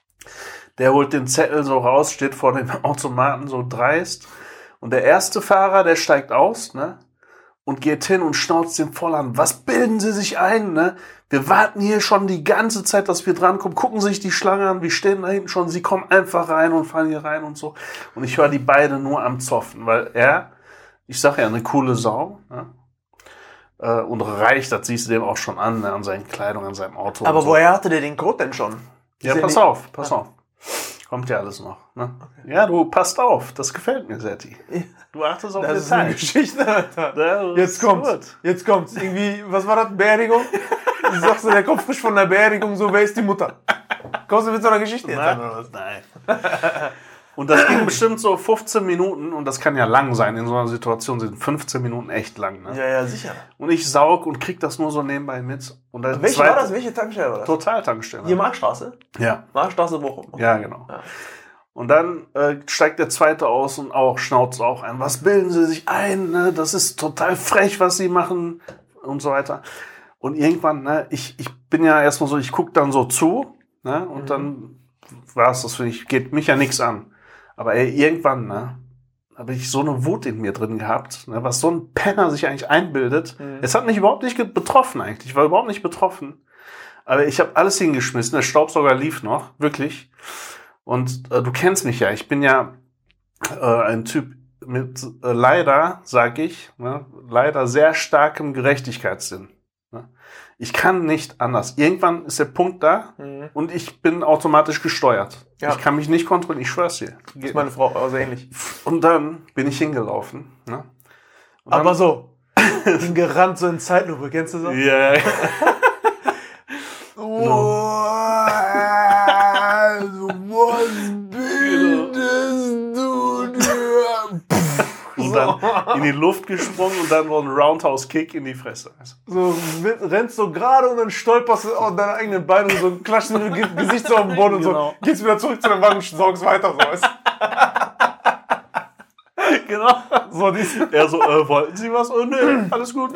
Der holt den Zettel so raus, steht vor dem Automaten so dreist. Und der erste Fahrer, der steigt aus, ne? Und geht hin und schnauzt den voll an. Was bilden Sie sich ein, ne? Wir warten hier schon die ganze Zeit, dass wir drankommen. Gucken sich die Schlange an. Wir stehen da hinten schon. Sie kommen einfach rein und fahren hier rein und so. Und ich höre die beide nur am Zoffen, weil er, ich sag ja, eine coole Sau, ne? Äh, und reich, das siehst du dem auch schon an, ne? An seinen Kleidung, an seinem Auto. Aber und so. woher hatte der den Code denn schon? Ja, Ist pass ja auf, pass auf. Kommt ja alles noch. Ne? Okay. Ja, du passt auf. Das gefällt mir, Serti. Du achtest auf Das ist eine Details. Geschichte, Alter. Das Jetzt ist kommt's. gut. Jetzt kommt's. Irgendwie, was war das? Beerdigung? Du sagst, der kommt frisch von der Beerdigung, so, wer ist die Mutter? Kommst du mit so einer Geschichte jetzt an, oder was? Nein. Und das ging bestimmt so fünfzehn Minuten und das kann ja lang sein. In so einer Situation sind fünfzehn Minuten echt lang. Ne? Ja, ja, sicher. Und ich saug und krieg das nur so nebenbei mit. Und dann Welche zweite- war das? Welche Tankstelle war das? Total-Tankstelle. Hier Markstraße? Ja. Markstraße Bochum. Ja, genau. Ja. Und dann äh, steigt der zweite aus und auch schnauzt auch ein. Was bilden Sie sich ein? Ne? Das ist total frech, was Sie machen und so weiter. Und irgendwann, ne, ich, ich bin ja erstmal so, ich guck dann so zu, ne, und mhm. dann war es das für mich, geht mich ja nichts an. Aber ey, irgendwann, ne, habe ich so eine Wut in mir drin gehabt, ne, was so ein Penner sich eigentlich einbildet. Mhm. Es hat mich überhaupt nicht betroffen eigentlich. Ich war überhaupt nicht betroffen. Aber ich habe alles hingeschmissen. Der Staubsauger lief noch, wirklich. Und äh, du kennst mich ja. Ich bin ja äh, ein Typ mit äh, leider, sag ich, ne, leider sehr starkem Gerechtigkeitssinn. Ne? Ich kann nicht anders. Irgendwann ist der Punkt da mhm. und ich bin automatisch gesteuert. Ja. Ich kann mich nicht kontrollieren. Ich schwör's dir. Das ist meine Frau, also ähnlich. Und dann bin ich hingelaufen. Ne? Und Aber so, bin gerannt so in Zeitlupe. Kennst du so? Ja. Yeah. Oh, also, was bildest du dir? Und dann in die Luft gesprungen und dann so ein Roundhouse-Kick in die Fresse. So, rennst so gerade und dann stolperst du auf deine eigenen Beine und so klatschst mit dem Gesicht so auf den Boden und genau. so, gehst wieder zurück zu deinem Wagen und saugst weiter. So. Genau. So, diese. Er so, äh, wollten Sie was? Oh, nö, alles gut.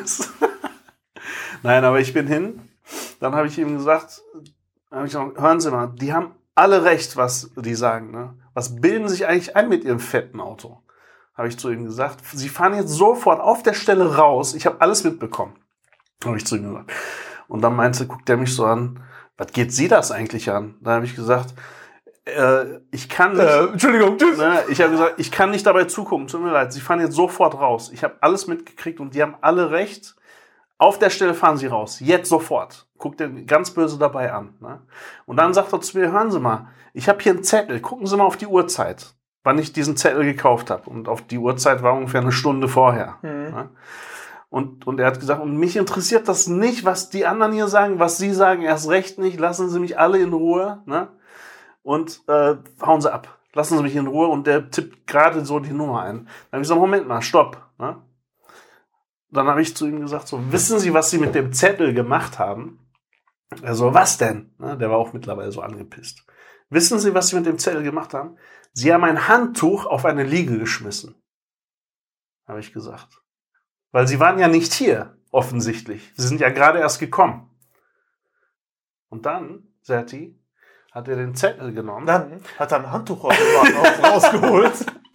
Nein, aber ich bin hin. Dann habe ich ihm gesagt, hab ich gesagt, hören Sie mal, die haben alle recht, was die sagen. Ne? Was bilden sich eigentlich ein mit ihrem fetten Auto? Habe ich zu ihm gesagt. Sie fahren jetzt sofort auf der Stelle raus. Ich habe alles mitbekommen. Habe ich zu ihm gesagt. Und dann meinte, guckt er mich so an, was geht Sie das eigentlich an? Da habe ich gesagt, äh, ich kann nicht. Äh, Entschuldigung, tschüss. Ne, ich habe gesagt, ich kann nicht dabei zugucken. Tut mir leid. Sie fahren jetzt sofort raus. Ich habe alles mitgekriegt und die haben alle recht. Auf der Stelle fahren Sie raus. Jetzt sofort. Guckt den ganz böse dabei an. Ne? Und dann sagt er zu mir, hören Sie mal, ich habe hier einen Zettel. Gucken Sie mal auf die Uhrzeit, wann ich diesen Zettel gekauft habe. Und auf die Uhrzeit war ungefähr eine Stunde vorher. Mhm. Ne? Und, und er hat gesagt, und mich interessiert das nicht, was die anderen hier sagen, was Sie sagen, erst recht nicht. Lassen Sie mich alle in Ruhe. Ne? Und äh, hauen Sie ab. Lassen Sie mich in Ruhe. Und der tippt gerade so die Nummer ein. Dann habe ich gesagt, Moment mal, stopp. Ne? Dann habe ich zu ihm gesagt, so, wissen Sie, was Sie mit dem Zettel gemacht haben? Er so, was denn? Ne, der war auch mittlerweile so angepisst. Wissen Sie, was Sie mit dem Zettel gemacht haben? Sie haben ein Handtuch auf eine Liege geschmissen. Habe ich gesagt. Weil Sie waren ja nicht hier. offensichtlich. Sie sind ja gerade erst gekommen. Und dann, Serti, hat er den Zettel genommen. Dann hat er ein Handtuch rausgeholt.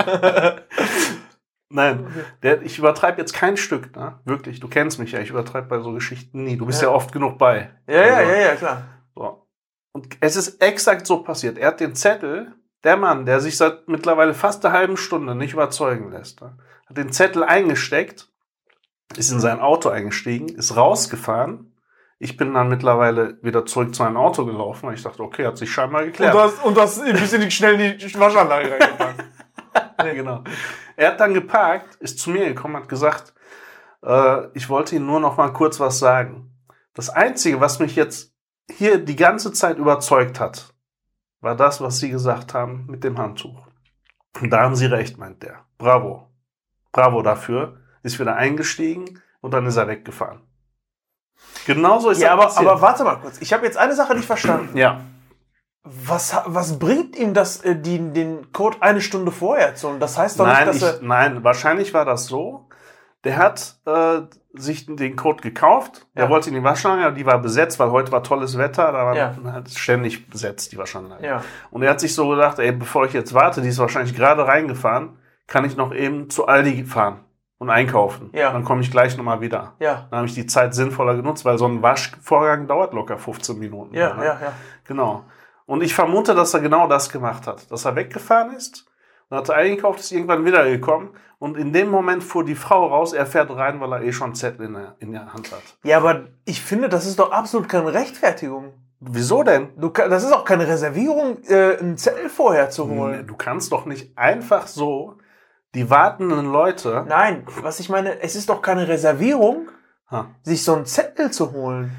Nein, der, ich übertreibe jetzt kein Stück, ne? Wirklich, du kennst mich ja, ich übertreibe bei so Geschichten nie. Du bist ja, ja oft genug bei. Ja, also, ja, ja, ja, klar. So. Und es ist exakt so passiert. Er hat den Zettel, der Mann, der sich seit mittlerweile fast einer halben Stunde nicht überzeugen lässt, ne? Hat den Zettel eingesteckt, ist in sein Auto eingestiegen, ist rausgefahren. Ich bin dann mittlerweile wieder zurück zu meinem Auto gelaufen, weil ich dachte, okay, hat sich scheinbar geklärt. Und du hast, und du hast ein bisschen schnell in die Waschanlage reingepackt. Ja, genau. Er hat dann geparkt, ist zu mir gekommen, hat gesagt, äh, ich wollte Ihnen nur noch mal kurz was sagen. Das Einzige, was mich jetzt hier die ganze Zeit überzeugt hat, war das, was Sie gesagt haben mit dem Handtuch. Und da haben Sie recht, meint der. Bravo. Bravo dafür. Ist wieder eingestiegen und dann ist er weggefahren. Genauso ist ja, er aber, passiert. aber warte mal kurz. Ich habe jetzt eine Sache nicht verstanden. Ja. Was, was bringt ihm das, äh, die, den Code eine Stunde vorher zu? Und das heißt doch Nein, nicht, dass ich, er... nein, wahrscheinlich war das so. Der hat äh, sich den Code gekauft. Der Ja. wollte in die Waschanlage, die war besetzt, weil heute war tolles Wetter. Da war Ja. halt ständig besetzt, die Waschanlage. Ja. Und er hat sich so gedacht, ey, bevor ich jetzt warte, die ist wahrscheinlich gerade reingefahren, kann ich noch eben zu Aldi fahren und einkaufen. Ja. Dann komme ich gleich nochmal wieder. Ja. Dann habe ich die Zeit sinnvoller genutzt, weil so ein Waschvorgang dauert locker fünfzehn Minuten. Ja, ne? ja, ja. Genau. Und ich vermute, dass er genau das gemacht hat. Dass er weggefahren ist und hat eingekauft, ist irgendwann wiedergekommen. Und in dem Moment fuhr die Frau raus, er fährt rein, weil er eh schon einen Zettel in der, in der Hand hat. Ja, aber ich finde, das ist doch absolut keine Rechtfertigung. Wieso denn? Du, kann- das ist auch keine Reservierung, äh, einen Zettel vorher zu holen. Du kannst doch nicht einfach so die wartenden Leute... Nein, was ich meine, es ist doch keine Reservierung, Ha. sich so einen Zettel zu holen.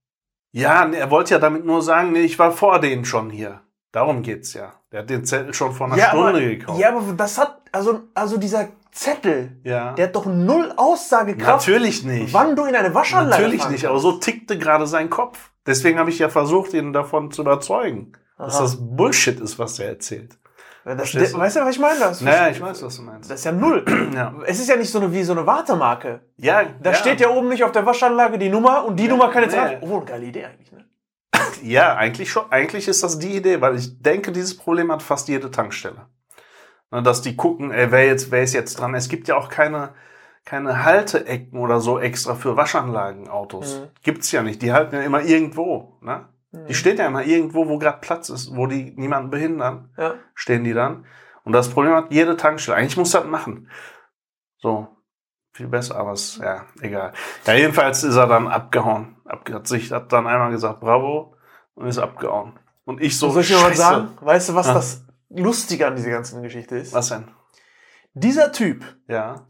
Ja, nee, er wollte ja damit nur sagen, nee, ich war vor denen schon hier. Darum geht's ja. Der hat den Zettel schon vor einer Ja, Stunde aber, gekauft. ja, aber das hat, also, also dieser Zettel, Ja. der hat doch null Aussagekraft, Natürlich nicht. wann du in eine Waschanlage Natürlich fahren nicht, aber kannst. so tickte gerade sein Kopf. Deswegen habe ich ja versucht, ihn davon zu überzeugen, dass Aha. das Bullshit ist, was er erzählt. Das, Verstehst der, du? weißt du, was ich meine? Das, Naja, ich weiß, was du meinst. das ist ja null. Ja, Es ist ja nicht so eine, wie so eine Wartemarke. ja Da ja. steht ja oben nicht auf der Waschanlage die Nummer und die Nummer kann jetzt nee. rein. Oh, eine geile Idee eigentlich, ne? Ja, eigentlich schon. Eigentlich ist das die Idee, weil ich denke, dieses Problem hat fast jede Tankstelle. Na, dass die gucken, ey, wer jetzt, wer ist jetzt dran? Es gibt ja auch keine, keine Halteecken oder so extra für Waschanlagenautos. Mhm. Gibt's ja nicht. Die halten ja immer irgendwo, ne? Mhm. Die steht ja immer irgendwo, wo gerade Platz ist, wo die niemanden behindern. Ja. Stehen die dann. Und das Problem hat jede Tankstelle. Eigentlich muss das machen. So. Viel besser, aber es, ja, egal. Ja, jedenfalls ist er dann abgehauen. Abge hat sich, hat dann einmal gesagt, bravo, und ist abgehauen. Und ich so, Soll ich dir mal Scheiße. sagen? Weißt du, was Ja. das Lustige an dieser ganzen Geschichte ist? Was denn? Dieser Typ, Ja,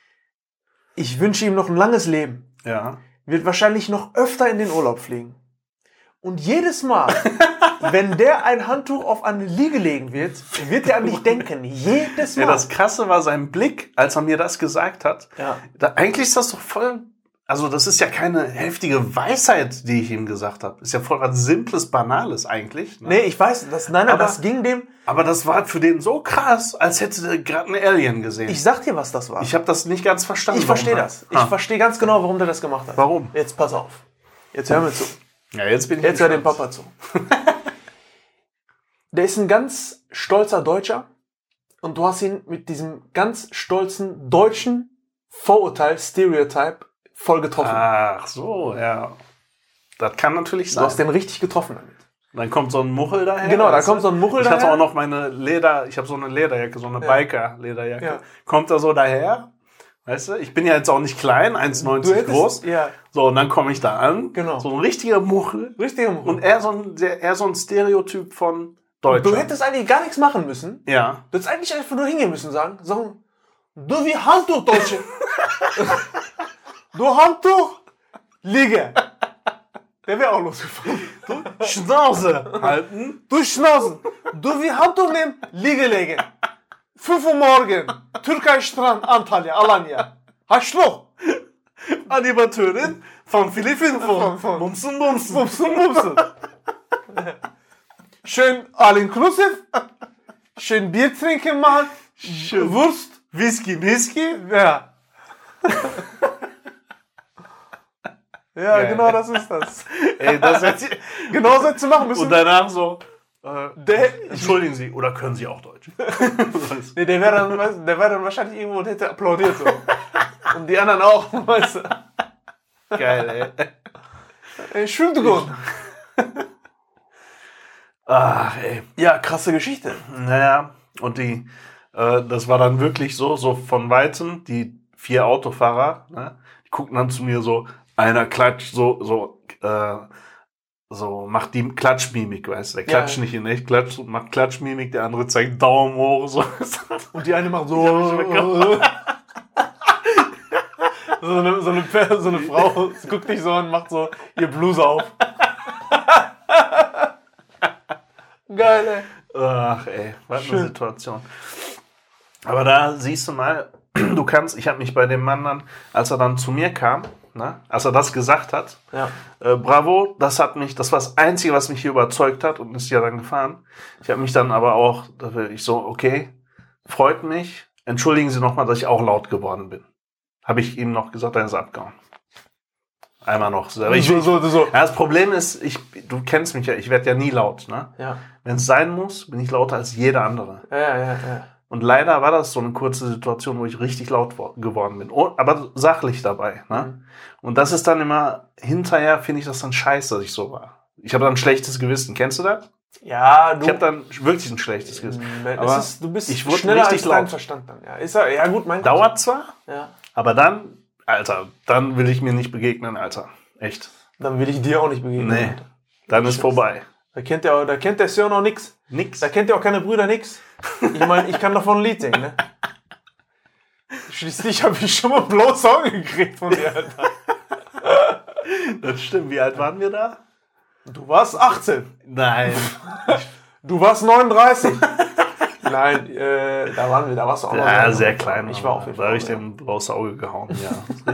ich wünsche ihm noch ein langes Leben, ja. wird wahrscheinlich noch öfter in den Urlaub fliegen. Und jedes Mal, wenn der ein Handtuch auf eine Liege legen wird, wird er an dich denken. Jedes Mal. Ja, das Krasse war sein Blick, als er mir das gesagt hat. Ja. Da, eigentlich ist das doch voll, also das ist ja keine heftige Weisheit, die ich ihm gesagt habe. Ist ja voll was Simples, Banales eigentlich. Ne? Nee, ich weiß, das, nein, nein, Aber- das ging dem. Aber das war für den so krass, als hätte er gerade einen Alien gesehen. Ich sag dir, was das war. Ich habe das nicht ganz verstanden. Ich verstehe warum. das. Ich Ah. verstehe ganz genau, warum der das gemacht hat. Warum? Jetzt pass auf. Jetzt hör mir zu. Ja, jetzt bin ich Jetzt hör dem gespannt. Papa zu. Der ist ein ganz stolzer Deutscher und du hast ihn mit diesem ganz stolzen deutschen Vorurteil, Stereotype, voll getroffen. Ach so, ja. Das kann natürlich du sein. hast den richtig getroffen damit. Dann kommt so ein Muchel daher. Genau, da weißt kommt du? so ein Muchel Ich hatte daher. auch noch meine Leder, ich habe so eine Lederjacke, so eine Ja. Biker-Lederjacke. Ja. Kommt er so daher, weißt du? Ich bin ja jetzt auch nicht klein, eins neunzig hättest- groß. Ja, So, und dann komme ich da an. Genau. So ein richtiger Muchel. richtiger Muchel. Und er so ein, der, er so ein Stereotyp von Deutschland. du hättest eigentlich gar nichts machen müssen. Ja. Du hättest eigentlich einfach nur hingehen müssen und sagen, sagen, du wie Handtuch, Deutsche. Du Handtuch, liege. Der wäre auch losgefahren. Schnauze halten. Du Schnauzen. Du wie Handtuch nehmen, liege legen. fünf Uhr morgen, Türkei Strand, Antalya, Alanya. Haschloch. Animateurin von Philippinen Von- von von- Bumsen Bumsen. Bumsen, bumsen. Schön all-inclusive. Schön Bier trinken machen. Schön. Wurst. Whisky, Whisky. Ja. Ja, Geil. genau das ist das. Ey, das hätte Genau so hätte sie machen müssen. Und danach so, äh, Der- entschuldigen Sie, oder können Sie auch Deutsch? Nee, der wäre dann, weißt du, der wär dann wahrscheinlich irgendwo und hätte applaudiert so. Und die anderen auch, weißt du. Geil, ey. Entschuldigung. Ach, ey. Ja, krasse Geschichte. Naja, und die, äh, das war dann wirklich so, so von Weitem, die vier Autofahrer, ne, die gucken dann zu mir so, einer klatscht so, so, äh, so, macht die Klatschmimik, weißt du, der klatscht Ja. nicht in echt, klatscht, macht Klatschmimik, der andere zeigt Daumen hoch, so. Und die eine macht so. Ich hab mich weggehauen. so, eine, so, eine, so eine Frau guckt dich so an und macht so ihr Bluse auf. Geil, ey. Ach, ey, was Schön. eine Situation. Aber da siehst du mal, du kannst, ich habe mich bei dem Mann dann, als er dann zu mir kam, ne, als er das gesagt hat, Ja. äh, bravo, das hat mich, das war das Einzige, was mich hier überzeugt hat und ist ja dann gefahren. Ich habe mich dann aber auch, ich so, okay, freut mich, entschuldigen Sie nochmal, dass ich auch laut geworden bin. Habe ich ihm noch gesagt, dann ist er abgehauen. Einmal noch. Aber ich, so, so, so. ja, das Problem ist, ich, du kennst mich ja, ich werde ja nie laut. Ne? Ja. Wenn es sein muss, bin ich lauter als jeder andere. Ja, ja, ja, ja. Und leider war das so eine kurze Situation, wo ich richtig laut wo- geworden bin. Oh, aber sachlich dabei. Ne? Mhm. Und das ist dann immer, hinterher finde ich das dann scheiße, dass ich so war. Ich habe dann ein schlechtes Gewissen. Kennst du das? Ja, du. Ich habe dann wirklich ein schlechtes Gewissen. Es Aber ist, du bist ich wurde schneller richtig als dein laut. Verstand dann. Ja, ist ja, ja gut, mein Dauert zwar, Ja. aber dann, Alter, dann will ich mir nicht begegnen, Alter. Echt. Dann will ich dir auch nicht begegnen. Nee. Alter. Dann ist vorbei. Da kennt der, da kennt der Sir noch nix. Nix. Da kennt ihr auch keine Brüder nix. Ich meine, ich kann davon ein Lied singen, ne? Schließlich habe ich schon mal ein blaues Auge gekriegt von dir, Alter. Das stimmt. Wie alt waren wir da? Du warst achtzehn. Nein. Du warst neununddreißig. Nein, äh, da waren wir, da warst du auch noch. Ja, sehr klein. Ich war auf jeden Da Fall. habe ich ja. dem blaues Auge gehauen. Ja.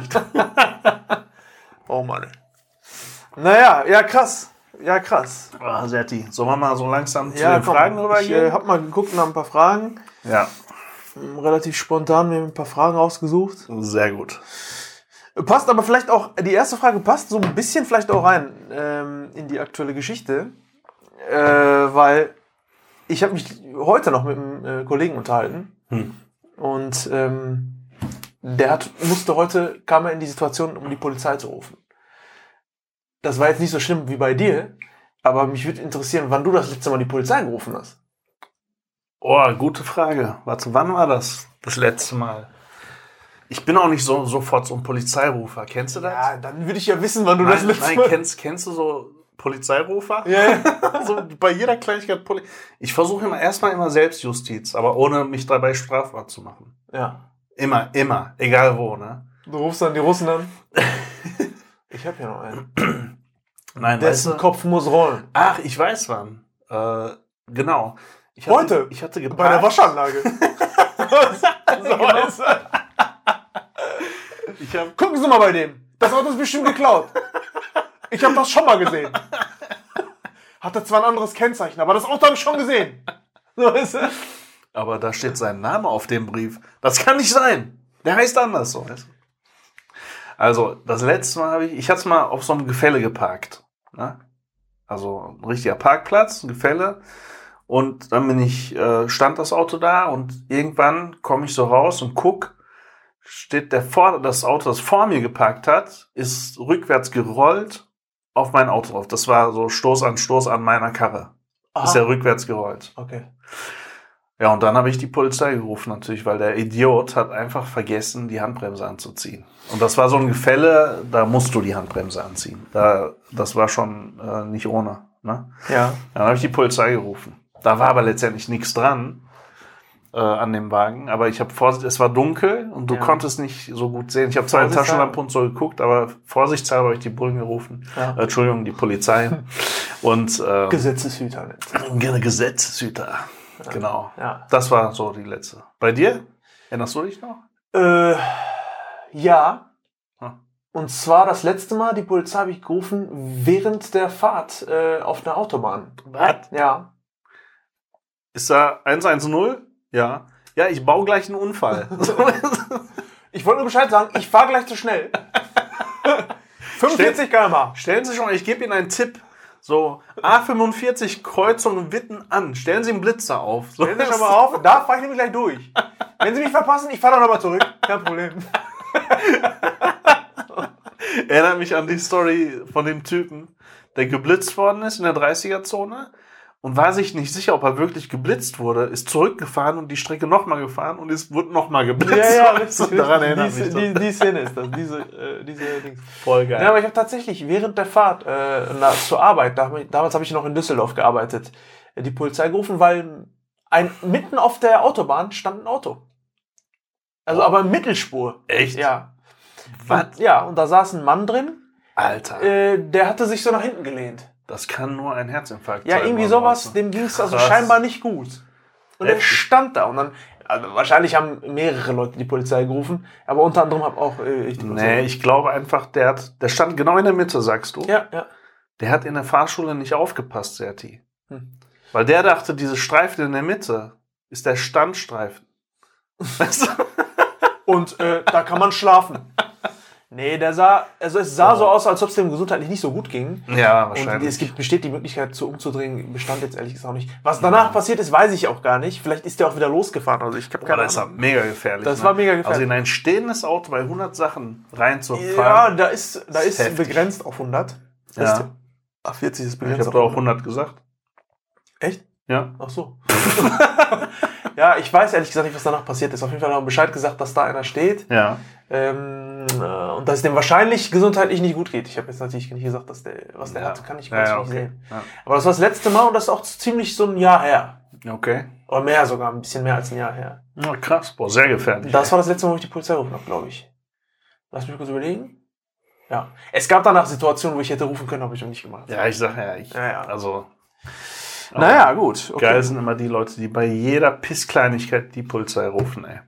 Oh Mann. Naja, ja krass. Ja, krass. Ah, Serti. Sollen wir mal so langsam zu Ja, den komm, Fragen ich rübergehen? äh, hab mal geguckt nach ein paar Fragen. Ja, Relativ spontan mir ein paar Fragen rausgesucht. sehr gut. Passt aber vielleicht auch, die erste Frage passt so ein bisschen vielleicht auch rein ähm, in die aktuelle Geschichte. Äh, weil ich habe mich heute noch mit einem äh, Kollegen unterhalten. Hm. Und ähm, der hat, musste heute, kam er in die Situation, um die Polizei zu rufen. Das war jetzt nicht so schlimm wie bei dir, aber mich würde interessieren, wann du das letzte Mal die Polizei gerufen hast. Oh, gute Frage. Warte, wann war das? Das letzte Mal. Ich bin auch nicht so sofort so ein Polizeirufer. Kennst du das? Ja, dann würde ich ja wissen, wann du das nein, letzte nein Mal... kennst, kennst du so Polizeirufer? Ja, ja. So bei jeder Kleinigkeit. Poli ich versuche immer erstmal immer Selbstjustiz, aber ohne mich dabei strafbar zu machen. Ja. Immer, immer, egal wo, ne? Du rufst dann die Russen an. Ich habe ja noch einen. Nein, Dessen weißt du? Kopf muss rollen. Ach, ich weiß wann. Äh, genau. Ich Heute? Hatte, ich hatte geparkt. Bei der Waschanlage. So ist er. Ich hab, Gucken Sie mal bei dem. Das Auto ist bestimmt geklaut. Ich habe das schon mal gesehen. Hatte zwar ein anderes Kennzeichen, aber das Auto habe ich schon gesehen. So ist es. aber da steht sein Name auf dem Brief. Das kann nicht sein. Der heißt anders so. Weißt du? Also, das letzte Mal habe ich, ich hatte es mal auf so einem Gefälle geparkt. Ne? Also, ein richtiger Parkplatz, ein Gefälle. Und dann bin ich, äh, stand das Auto da und irgendwann komme ich so raus und guck, steht der vor, das Auto, das vor mir geparkt hat, ist rückwärts gerollt auf mein Auto drauf. Das war so Stoß an Stoß an meiner Karre. Aha. Ist ja rückwärts gerollt. Okay. Ja, und dann habe ich die Polizei gerufen natürlich, weil der Idiot hat einfach vergessen, die Handbremse anzuziehen. Und das war so ein Gefälle, da musst du die Handbremse anziehen. Da, das war schon äh, nicht ohne. Ne? Ja. Dann habe ich die Polizei gerufen. Da war aber letztendlich nichts dran äh, an dem Wagen. Aber ich habe Vorsicht, es war dunkel und du Ja. konntest nicht so gut sehen. Ich habe zwar in die Vorsichtshalber. Taschenlampe und so geguckt, aber vorsichtshalber habe ich die Bullen gerufen. Ja. Äh, Entschuldigung, die Polizei. und äh, Gesetzeshüter. nennt sich. Ge- Gesetzeshüter. Genau. Ja. Das war so die letzte. Bei dir? Erinnerst du dich noch? Äh, ja. Hm. Und zwar das letzte Mal, die Polizei habe ich gerufen während der Fahrt äh, auf einer Autobahn. Was? Ja. Ist da eins eins null? Ja. Ja, ich baue gleich einen Unfall. Ich wollte nur Bescheid sagen, ich fahre gleich zu schnell. fünfundvierzig Kilometer pro Stunde. Stellen Sie schon mal, ich gebe Ihnen einen Tipp. So, A fünfundvierzig Kreuzung Witten an. Stellen Sie einen Blitzer auf. So. Stellen Sie schon mal auf, da fahre ich nämlich gleich durch. Wenn Sie mich verpassen, ich fahre dann nochmal zurück. Kein Problem. Erinnert mich an die Story von dem Typen, der geblitzt worden ist in der dreißiger-Zone und war sich nicht sicher, ob er wirklich geblitzt wurde, ist zurückgefahren und die Strecke nochmal gefahren und es wurde nochmal geblitzt. Ja, ja, richtig. Und daran erinnert die, mich das. die, die Szene ist das, diese, äh, diese Dings. Voll geil. Ja, aber ich habe tatsächlich während der Fahrt äh, na, zur Arbeit, da, damals habe ich noch in Düsseldorf gearbeitet, die Polizei gerufen, weil ein, mitten auf der Autobahn stand ein Auto. Also Oh. aber Mittelspur. Echt? Ja. Was? Und, ja, und da saß ein Mann drin, Alter, äh, der hatte sich so nach hinten gelehnt. das kann nur ein Herzinfarkt Ja, sein. irgendwie oder sowas, was. dem ging es also Krass. scheinbar nicht gut. Und er Heftig. stand da und dann, also wahrscheinlich haben mehrere Leute die Polizei gerufen, aber unter anderem habe auch äh, ich die Polizei. Nee, ich glaube einfach, der hat, der stand genau in der Mitte, sagst du. Ja, ja. Der hat in der Fahrschule nicht aufgepasst, Serti. Hm. Weil der dachte, diese Streifen in der Mitte ist der Standstreifen. Weißt du? Und äh, da kann man schlafen. Nee, der sah, also es sah so aus, als ob es dem gesundheitlich nicht so gut ging. Ja, Und wahrscheinlich. es gibt, besteht die Möglichkeit, zu umzudrehen, bestand jetzt ehrlich gesagt auch nicht. Was danach passiert ist, weiß ich auch gar nicht. Vielleicht ist der auch wieder losgefahren. Also ich habe Boah, keine das war Ahnung. mega gefährlich. Das ne? war mega gefährlich. Also in ein stehendes Auto bei hundert Sachen Ja, reinzufahren. da ist, da ist Heftig. begrenzt auf hundert. Ja. Ach, vierzig ist Ich begrenzt habe da auch hundert gesagt. Echt? Ja. Ach so. Ja, ich weiß ehrlich gesagt nicht, was danach passiert ist. Auf jeden Fall haben wir Bescheid gesagt, dass da einer steht. Ja. Ähm, äh, und dass es dem wahrscheinlich gesundheitlich nicht gut geht. Ich habe jetzt natürlich nicht gesagt, dass der, was der Ja. hat, kann ich Ja, ganz ja, nicht okay. sehen. Ja. Aber das war das letzte Mal und das ist auch ziemlich so ein Jahr her. Okay. Oder mehr sogar, ein bisschen mehr als ein Jahr her. Ja, krass. Boah, sehr gefährlich. Das war das letzte Mal, wo ich die Polizei gerufen habe, glaube ich. Lass mich kurz überlegen. Ja. Es gab danach Situationen, wo ich hätte rufen können, habe ich noch nicht gemacht. Ja, ich sag ja, ich. Ja, ja. Also. Naja, gut. Okay. Geil sind immer die Leute, die bei jeder Pisskleinigkeit die Polizei rufen, ey.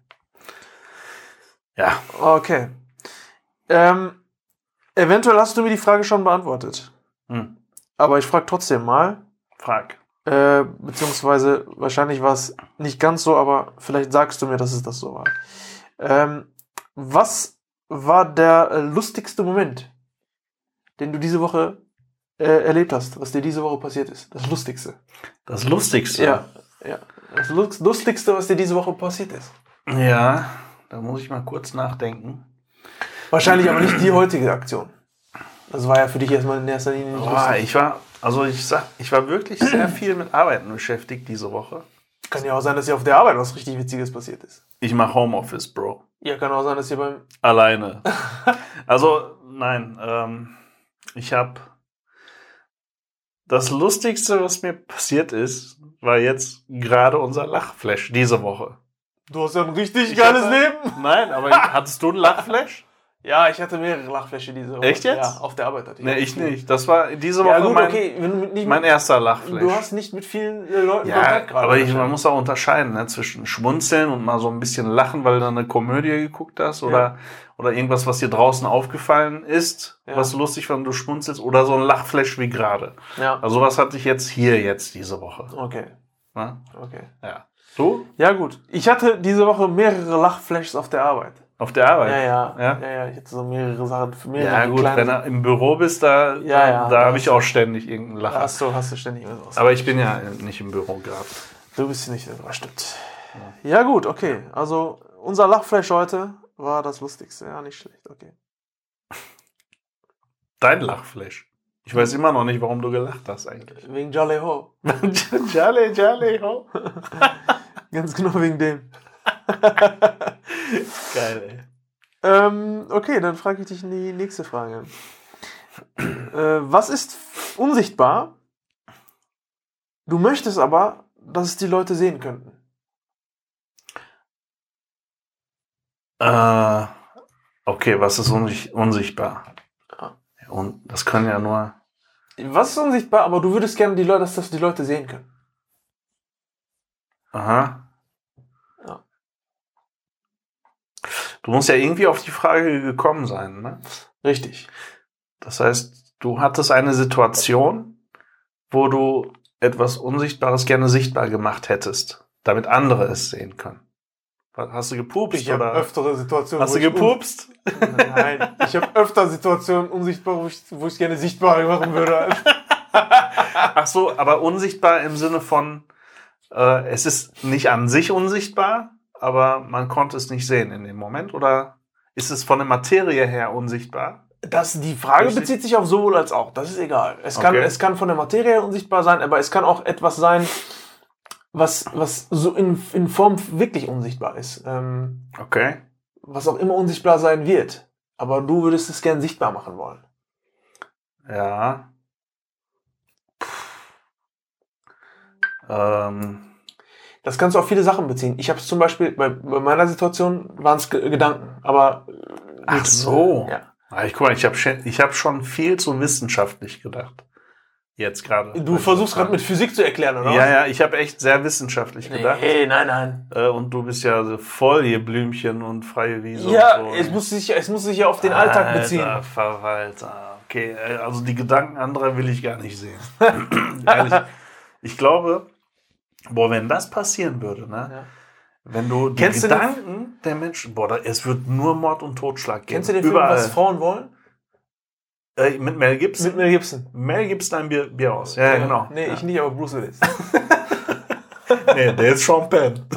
Ja. Okay. Ähm, eventuell hast du mir die Frage schon beantwortet. Hm. Aber ich frage trotzdem mal. Frag. Äh, beziehungsweise wahrscheinlich war es nicht ganz so, aber vielleicht sagst du mir, dass es das so war. Ähm, was war der äh, lustigste Moment, den du diese Woche äh, erlebt hast, was dir diese Woche passiert ist? Das Lustigste. Das Lustigste. Ja, ja. Das Lust- Lustigste, was dir diese Woche passiert ist. Ja, da muss ich mal kurz nachdenken. Wahrscheinlich aber nicht die heutige Aktion. Das war ja für dich erstmal in erster Linie nicht Boah, lustig. ich war, also ich sag, ich war wirklich sehr viel mit Arbeiten beschäftigt diese Woche. Kann ja auch sein, dass dir auf der Arbeit was richtig Witziges passiert ist. Ich mache Homeoffice, Bro. Ja, kann auch sein, dass dir beim... Alleine. Also, nein, ähm, ich habe das Lustigste, was mir passiert ist, war jetzt gerade unser Lachflash diese Woche. Du hast ja ein richtig Ich geiles hatte- Leben. Nein, aber hattest du ein Lachflash? Ja, ich hatte mehrere Lachfläche diese Woche. Echt jetzt? Ja, auf der Arbeit hatte ich. Nee, ich nicht. Das war diese Woche Ja gut, mein, okay. Wenn du mit, nicht mein mit, erster Lachflash. du hast nicht mit vielen äh, Leuten Ja, Kontakt gerade. aber ich, man wahrscheinlich. muss auch unterscheiden, ne, zwischen Schmunzeln und mal so ein bisschen lachen, weil du eine Komödie geguckt hast oder, Ja. oder irgendwas, was dir draußen aufgefallen ist, Ja. was lustig war und du schmunzelst oder so ein Lachflash wie gerade. Ja, Also was hatte ich jetzt hier jetzt diese Woche. okay. Ne? okay. Ja. Du? Ja gut. Ich hatte diese Woche mehrere Lachflashs auf der Arbeit. Auf der Arbeit? Ja, ja. Ja? Ja, ja. Ich hatte so mehrere Sachen. Für mehrere Ja gut, kleine wenn du im Büro bist, da, Ja, ja, da da habe ich auch ständig irgendeinen Da Lacher. hast du, hast du ständig immer sowas. Aber ich bin ja nicht im Büro gerade. Du bist nicht überrascht. Ja gut, okay. Also unser Lachflash heute war das Lustigste. Ja, nicht schlecht. Okay. Dein Lachflash. Ich weiß immer noch nicht, warum du gelacht hast eigentlich. Wegen Jolly Ho. Jolly, jolly, ho. Ganz genau wegen dem. Geil, ey. Ähm, okay, dann frage ich dich die nächste Frage. äh, was ist unsichtbar? Du möchtest aber, dass es die Leute sehen könnten. Äh, okay, was ist unsicht unsichtbar? Ja. Und das können ja nur. Was ist unsichtbar, aber du würdest gerne, die Leute, dass das die Leute sehen können. Aha. Ja. Du musst ja irgendwie auf die Frage gekommen sein, ne? Richtig. Das heißt, du hattest eine Situation, wo du etwas Unsichtbares gerne sichtbar gemacht hättest, damit andere es sehen können. Hast du gepupst? Ich habe oder? öftere Situationen. Hast du gepupst? Nein, ich habe öfter Situationen unsichtbar, wo ich, wo ich gerne sichtbar machen würde. Ach so, aber unsichtbar im Sinne von, äh, es ist nicht an sich unsichtbar, aber man konnte es nicht sehen in dem Moment? Oder ist es von der Materie her unsichtbar? Das, die Frage Richtig? bezieht sich auf sowohl als auch. Das ist egal. Es kann, Okay. es kann von der Materie her unsichtbar sein, aber es kann auch etwas sein, was, was so in, in Form wirklich unsichtbar ist. Ähm, Okay. was auch immer unsichtbar sein wird. Aber du würdest es gern sichtbar machen wollen. Ja. Ähm, Das kannst du auf viele Sachen beziehen. Ich habe es zum Beispiel, bei, bei meiner Situation waren es Ge- Gedanken, aber... ach so. Ja. Ah, ich guck mal, ich habe ich hab schon viel zu wissenschaftlich gedacht. Jetzt gerade. Du versuchst gerade mit Physik zu erklären, oder? Ja, ja, ich habe echt sehr wissenschaftlich gedacht. Nee, nein, nein. Äh, und du bist ja so voll hier Blümchen und freie Wiese Ja, und so. es muss sich, es muss sich ja auf den Alltag beziehen. Alter Verwalter. Okay, äh, also die Gedanken anderer will ich gar nicht sehen. Ehrlich. Ich glaube, boah, wenn das passieren würde, ne? Ja. Wenn du die Kennst du den- Gedanken der Menschen, boah, da, es wird nur Mord und Totschlag geben. Kennst du den Film, Überall. was Frauen wollen? Äh, mit Mel Gibson? Mit Mel Gibson. Mel Gibson ein Bier, Bier aus. Ja, ja, genau. Nee, ja. ich nicht, aber Bruce Willis. Nee, der ist Sean Penn.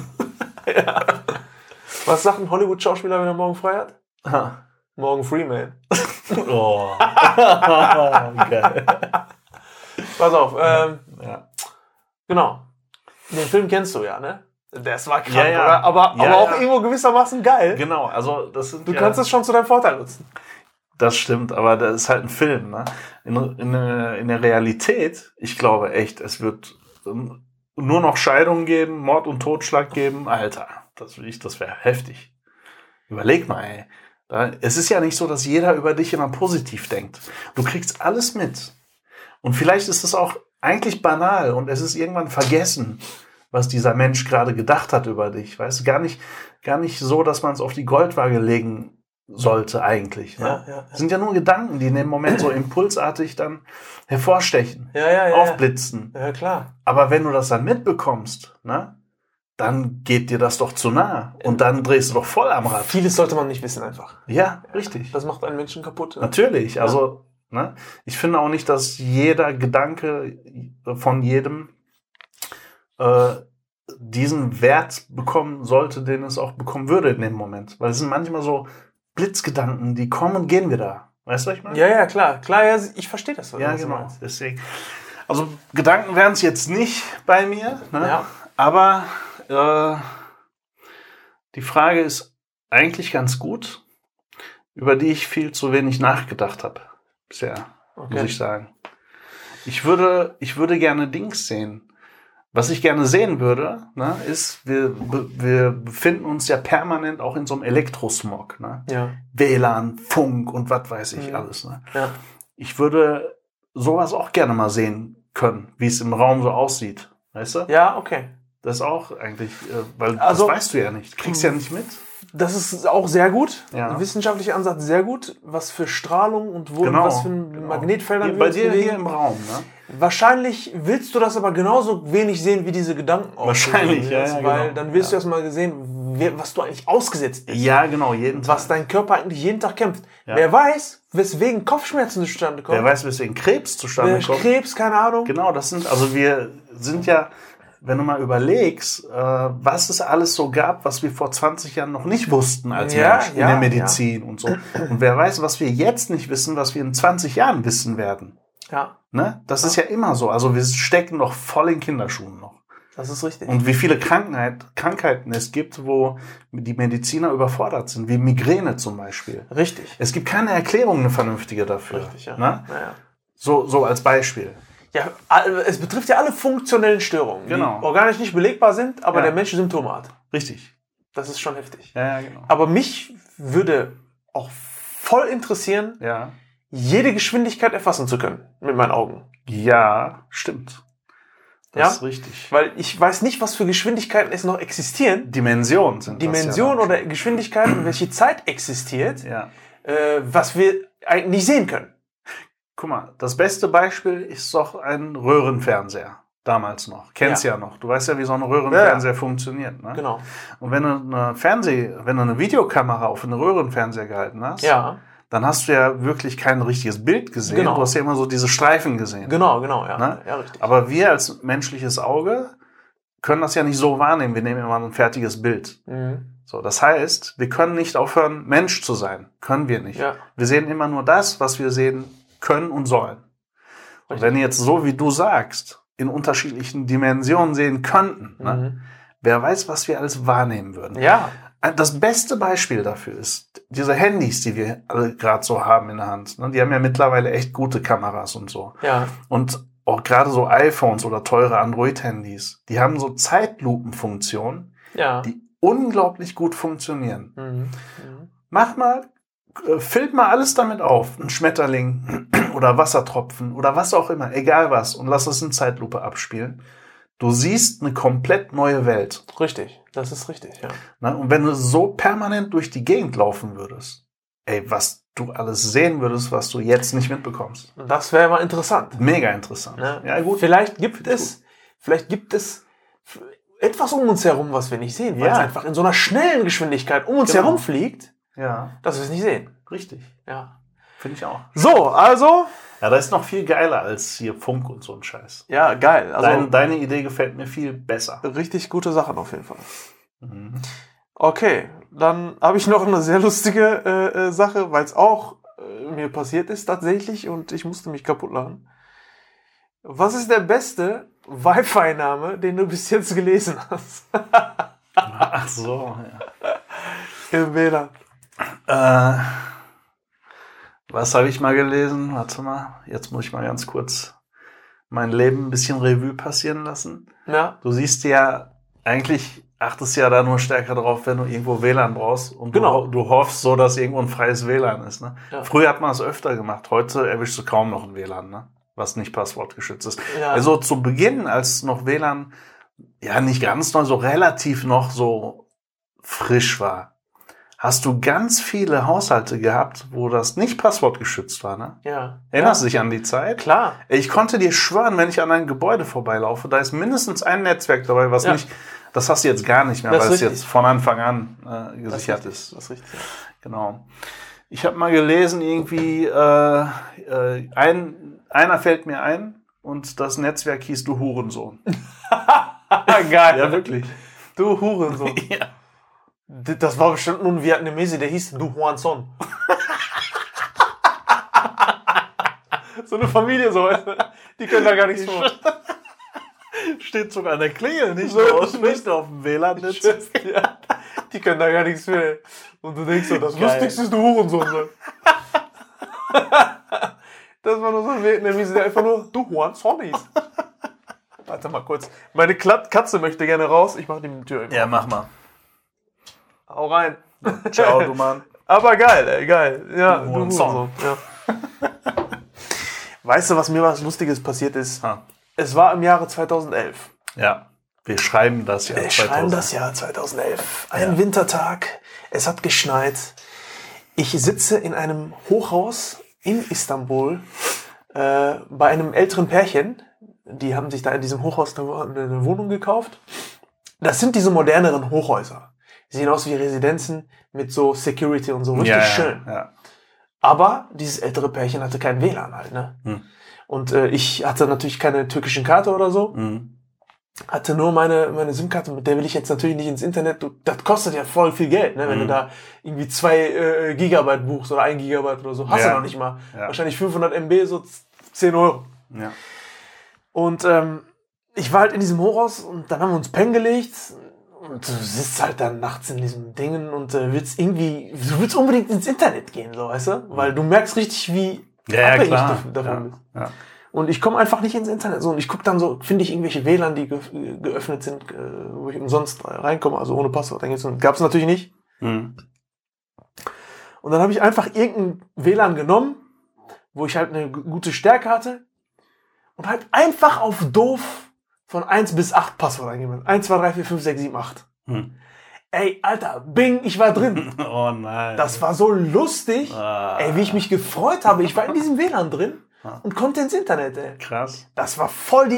Was sagt ein Hollywood-Schauspieler, wenn er morgen frei hat? Ha. Morgen Freeman. Oh. Geil. Pass auf, ähm, Ja. genau. Den Film kennst du ja, ne? Das war krank, Ja, ja. oder? Aber, Ja, aber auch ja. irgendwo gewissermaßen geil. Genau, also das sind Du ja, kannst es schon zu deinem Vorteil nutzen. das stimmt, aber das ist halt ein Film, ne? In, in, in der Realität, ich glaube echt, es wird ähm, nur noch Scheidungen geben, Mord und Totschlag geben. Alter, das will ich, das wäre heftig. Überleg mal, ey. Da, es ist ja nicht so, dass jeder über dich immer positiv denkt. Du kriegst alles mit. Und vielleicht ist es auch eigentlich banal und es ist irgendwann vergessen, was dieser Mensch gerade gedacht hat über dich. Weißt du, gar nicht, gar nicht so, dass man es auf die Goldwaage legen sollte eigentlich. Ne? Ja, ja, ja. Das sind ja nur Gedanken, die in dem Moment so impulsartig dann hervorstechen, Ja, ja, ja. aufblitzen. Ja, klar. Aber wenn du das dann mitbekommst, ne, dann geht dir das doch zu nah. Und dann drehst du doch voll am Rad. Vieles sollte man nicht wissen einfach. Ja, richtig. Das macht einen Menschen kaputt. Ne? Natürlich. Also, ne, ich finde auch nicht, dass jeder Gedanke von jedem äh, diesen Wert bekommen sollte, den es auch bekommen würde in dem Moment. Weil es sind manchmal so Blitzgedanken, die kommen und gehen wieder. Weißt du, was ich meine? Ja, ja, klar. Klar, ja, ich verstehe das. was Ja, du genau. meinst. Deswegen. Also Gedanken wären es jetzt nicht bei mir, ne? Ja. Aber äh, die Frage ist eigentlich ganz gut, über die ich viel zu wenig nachgedacht habe bisher, Okay. muss ich sagen. Ich würde, ich würde gerne Dings sehen. Was ich gerne sehen würde, ne, ist, wir, wir befinden uns ja permanent auch in so einem Elektrosmog. Ne? Ja. W L A N, Funk und was weiß ich Mhm. alles. Ne? Ja. Ich würde sowas auch gerne mal sehen können, wie es im Raum so aussieht. Weißt du? Ja, okay. Das ist auch eigentlich, äh, weil Also- das weißt du ja nicht. Kriegst ja nicht mit. Das ist auch sehr gut. Ja. Ein wissenschaftlicher Ansatz sehr gut. Was für Strahlung und wo Genau, was für ein genau. Magnetfeldern Hier, wir bei uns dir bewegen. hier im Raum, ne? Wahrscheinlich willst du das aber genauso wenig sehen wie diese Gedanken. auch Wahrscheinlich, sehen ja, willst, ja, Weil genau. dann wirst Ja. du erst mal gesehen, wer- was du eigentlich ausgesetzt bist. Ja, genau, jeden Tag. Was dein Körper eigentlich jeden Tag kämpft. Ja. Wer weiß, weswegen Kopfschmerzen zustande kommen. Wer weiß, weswegen Krebs zustande Wer kommt. Krebs, keine Ahnung. Genau, das sind, also wir sind ja, wenn du mal überlegst, äh, was es alles so gab, was wir vor zwanzig Jahren noch nicht wussten als Ja, Mensch in ja, der Medizin und so. Und wer weiß, was wir jetzt nicht wissen, was wir in zwanzig Jahren wissen werden. Ja, Ne? Das ist ja immer so. Also wir stecken noch voll in Kinderschuhen noch. das ist richtig. Und wie viele Krankheit, Krankheiten es gibt, wo die Mediziner überfordert sind, wie Migräne zum Beispiel. Richtig. Es gibt keine Erklärung, eine vernünftige dafür. Richtig, ja. Ne? Naja. So, so als Beispiel. Ja, all- es betrifft ja alle funktionellen Störungen, Genau. die organisch nicht belegbar sind, aber Ja. der Mensch Symptome hat. Richtig. Das ist schon heftig. Ja, ja, genau. Aber mich würde auch voll interessieren, Ja. jede Geschwindigkeit erfassen zu können mit meinen Augen. Ja, stimmt. Das Ja? ist richtig. Weil ich weiß nicht, was für Geschwindigkeiten es noch existieren. Dimensionen sind Dimensionen das ja oder Geschwindigkeiten, welche Zeit existiert, dann. Ja. äh, was wir eigentlich nicht sehen können. Guck mal, das beste Beispiel ist doch ein Röhrenfernseher. damals noch. Kennst ja. ja noch. Du weißt ja, wie so ein Röhrenfernseher ja, ja. funktioniert. Ne? Genau. Und wenn du eine Fernseh, wenn du eine Videokamera auf einen Röhrenfernseher gehalten hast, ja. dann hast du ja wirklich kein richtiges Bild gesehen. Genau. Du hast ja immer so diese Streifen gesehen. Genau, genau, ja. Ne? ja richtig. Aber wir als menschliches Auge können das ja nicht so wahrnehmen. Wir nehmen immer ein fertiges Bild. Mhm. So, das heißt, wir können nicht aufhören, Mensch zu sein. Können wir nicht. Ja. Wir sehen immer nur das, was wir sehen können und sollen. Richtig. Und wenn jetzt so, wie du sagst, in unterschiedlichen Dimensionen sehen könnten, mhm. ne, wer weiß, was wir alles wahrnehmen würden. Ja. Das beste Beispiel dafür ist diese Handys, die wir alle gerade so haben in der Hand. Ne, die haben ja mittlerweile echt gute Kameras und so. Ja. Und auch gerade so iPhones oder teure Android-Handys, die haben so Zeitlupenfunktionen, ja. die unglaublich gut funktionieren. Mhm. Mhm. Mach mal, äh, filmt mal alles damit auf. Ein Schmetterling oder Wassertropfen oder was auch immer, egal was. Und lass es in Zeitlupe abspielen. Du siehst eine komplett neue Welt. Richtig, das ist richtig, ja. Na, und wenn du so permanent durch die Gegend laufen würdest, ey, was du alles sehen würdest, was du jetzt nicht mitbekommst. Das wäre mal interessant. Mega interessant. Ja, ja gut. Vielleicht gibt es, gut. vielleicht gibt es etwas um uns herum, was wir nicht sehen, weil ja. es einfach in so einer schnellen Geschwindigkeit um uns genau. herum fliegt, ja. dass wir es nicht sehen. Richtig. Ja. Finde ich auch. So, also. Ja, das ist noch viel geiler als hier Funk und so ein Scheiß. Ja, geil. Also Deine, deine Idee gefällt mir viel besser. Richtig gute Sachen auf jeden Fall. Mhm. Okay, dann habe ich noch eine sehr lustige äh, Sache, weil es auch äh, mir passiert ist tatsächlich und ich musste mich kaputt lachen. Was ist der beste Wi-Fi-Name, den du bis jetzt gelesen hast? Ach so, ja. Im W L A N. Äh, was habe ich mal gelesen? Warte mal, jetzt muss ich mal ganz kurz mein Leben ein bisschen Revue passieren lassen. Ja. Du siehst ja, eigentlich achtest ja da nur stärker drauf, wenn du irgendwo W L A N brauchst und genau. du, du hoffst so, dass irgendwo ein freies W L A N ist. Ne? Ja. Früher hat man es öfter gemacht, heute erwischst du kaum noch ein W L A N, ne? Was nicht passwortgeschützt ist. Ja. Also zu Beginn, als noch W L A N, ja nicht ganz neu, so relativ noch so frisch war, hast du ganz viele Haushalte gehabt, wo das nicht passwortgeschützt war, ne? Ja. Erinnerst du ja. dich an die Zeit? Klar. Ich konnte dir schwören, wenn ich an ein Gebäude vorbeilaufe, da ist mindestens ein Netzwerk dabei, was ja. nicht, das hast du jetzt gar nicht mehr, das weil es richtig. jetzt von Anfang an äh, gesichert das ist. Das ist richtig. Ja. Genau. Ich habe mal gelesen, irgendwie, äh, äh, ein, einer fällt mir ein und das Netzwerk hieß Du Hurensohn. Geil. Ja, wirklich. Du Hurensohn. Ja. Das war bestimmt nur ein Vietnamese, der hieß Du Hoan Son. So eine Familie, so. Die können da gar nichts vor. Steht sogar an der Klingel, nicht so aus, nicht auf dem W L A N-Netz. Ja. Die können da gar nichts für. Und du denkst so, das Geil. Lustigste ist Du Hurensohn sein. Das war nur so ein Vietnamese, der einfach nur Du Hoan Son hieß. Warte mal kurz. Meine Katze möchte gerne raus. Ich mach die Tür einfach. Ja, mach mal. Hau rein. Ciao, du Mann. Aber geil, ey, geil. Ja, du du Hurensohn. Ja. Weißt du, was mir was Lustiges passiert ist? Ha. Es war im Jahre zweitausendelf. Ja, wir schreiben das Jahr Wir zweitausend. schreiben das Jahr zweitausendelf. Ein ja. Wintertag. Es hat geschneit. Ich sitze in einem Hochhaus in Istanbul äh, bei einem älteren Pärchen. Die haben sich da in diesem Hochhaus eine, eine Wohnung gekauft. Das sind diese moderneren Hochhäuser. Die sehen aus wie Residenzen mit so Security und so. Richtig ja, schön. Ja, ja. Aber dieses ältere Pärchen hatte kein W L A N halt, ne? Hm. Und äh, ich hatte natürlich keine türkischen Karte oder so. Hm. Hatte nur meine, meine SIM-Karte, mit der will ich jetzt natürlich nicht ins Internet. Du, das kostet ja voll viel Geld, ne? Wenn hm. du da irgendwie zwei äh, Gigabyte buchst oder ein Gigabyte oder so. Hast ja. du noch nicht mal. Ja. Wahrscheinlich fünfhundert Megabyte, so zehn Euro. Ja. Und ähm, ich war halt in diesem Hochhaus und dann haben wir uns pennen gelegt. Und du sitzt halt dann nachts in diesen Dingen und äh, willst irgendwie, du willst unbedingt ins Internet gehen, so, weißt du? Weil du merkst richtig, wie ja, abhängig ja, du davon ja, bist. Ja. Und ich komme einfach nicht ins Internet. So, und ich gucke dann so, finde ich irgendwelche W L A N, die ge geöffnet sind, äh, wo ich umsonst reinkomme, also ohne Passwort. Gab es natürlich nicht. Mhm. Und dann habe ich einfach irgendein W L A N genommen, wo ich halt eine gute Stärke hatte und halt einfach auf doof von eins bis acht Passwort eingegeben. eins, zwei, drei, vier, fünf, sechs, sieben, acht. Hm. Ey, Alter, bing, ich war drin. Oh nein. Das war so lustig. Ah. Ey, wie ich mich gefreut habe. Ich war in diesem W L A N drin und konnte ins Internet, ey. Krass. Das war voll die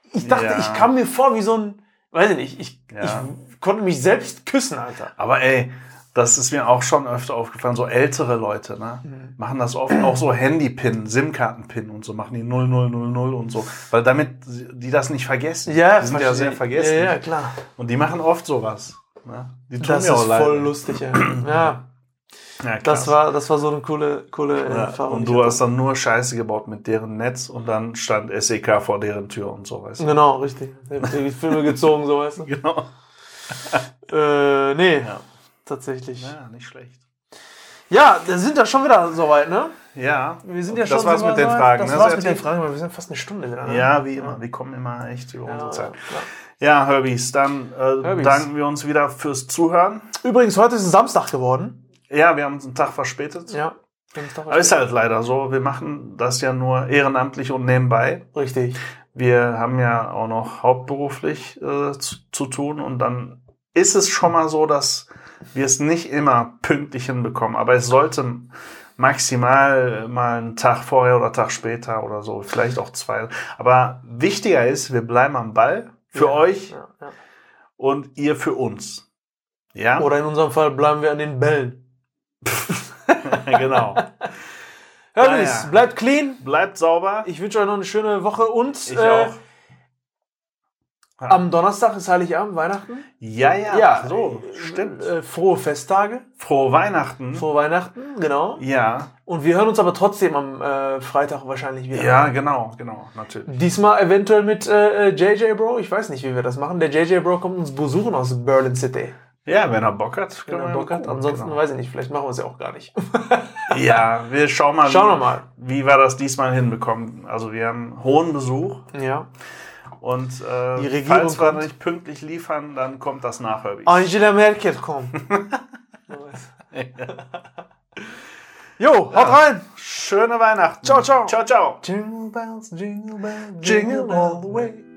ich dachte, Ja. ich kam mir vor wie so ein, weiß ich nicht, ich, Ja. ich konnte mich selbst küssen, Alter. Aber ey, das ist mir auch schon öfter aufgefallen, so ältere Leute, ne, Mhm. machen das oft, auch so Handy-Pin, SIM-Karten-Pin und so, machen die null null null null und so, weil damit die das nicht vergessen. Ja, die sind ja sehr vergessen. Ja, ja, klar. Und die machen oft sowas. Ne? Die tun Das mir auch ist leid. voll lustig, ja. ja. Ja, Das krass. war, das war so eine coole, coole Ja, Erfahrung. und Ich du hatte- hast dann nur Scheiße gebaut mit deren Netz und dann stand S E K vor deren Tür und so, weißt du. Genau, richtig. Ich hab die Filme gezogen, so weißt du. Genau. Äh, nee, Ja. tatsächlich. Ja, nicht schlecht. Ja, wir sind ja schon wieder soweit, ne? Ja. Wir sind ja Das schon war's so mit den weit. Fragen, Das ne, war's mit Serti? den Fragen, weil wir sind fast eine Stunde wieder. Ne? Ja, wie immer. Wir kommen immer echt über Ja, unsere Zeit. ja. Ja, Herbies, dann äh, Herbies. danken wir uns wieder fürs Zuhören. Übrigens, heute ist ein Samstag geworden. Ja, wir haben uns einen Tag verspätet. Ja. Samstag Aber ist halt leider so. Wir machen das ja nur ehrenamtlich und nebenbei. Richtig. Wir haben ja auch noch hauptberuflich äh, zu, zu tun und dann ist es schon mal so, dass wir es nicht immer pünktlich hinbekommen, aber es sollte maximal mal einen Tag vorher oder einen Tag später oder so, vielleicht auch zwei. Aber wichtiger ist, wir bleiben am Ball für Ja, euch Ja, ja. und ihr für uns. Ja, Oder in unserem Fall bleiben wir an den Bällen. genau. Hermes, Naja. bleibt clean. Bleibt sauber. Ich wünsche euch noch eine schöne Woche und Ich äh, auch. am Donnerstag ist Heiligabend, Weihnachten. Ja, ja, Ja, so, stimmt. Äh, frohe Festtage, Frohe Weihnachten. frohe Weihnachten, genau. Ja, Und wir hören uns aber trotzdem am äh, Freitag wahrscheinlich wieder. ja, genau, genau, natürlich. Diesmal eventuell mit äh, J J Bro. Ich weiß nicht, wie wir das machen. Der J J Bro kommt uns besuchen aus Berlin City. Ja, wenn er Bock hat. Wenn können er wir Bock hat. gucken, Ansonsten genau. weiß ich nicht. Vielleicht machen wir es ja auch gar nicht. Ja, wir schauen mal, Schauen wir wie, mal. wie wir das diesmal hinbekommen. Also wir haben hohen Besuch Ja. und äh, Die Regierung falls wir kommt. nicht pünktlich liefern, dann kommt das nachher. Angela Merkel kommt. Jo, haut rein. Schöne Weihnachten. Ciao, ciao. Ciao, ciao. Jingle bells, jingle bells, Jingle all the way.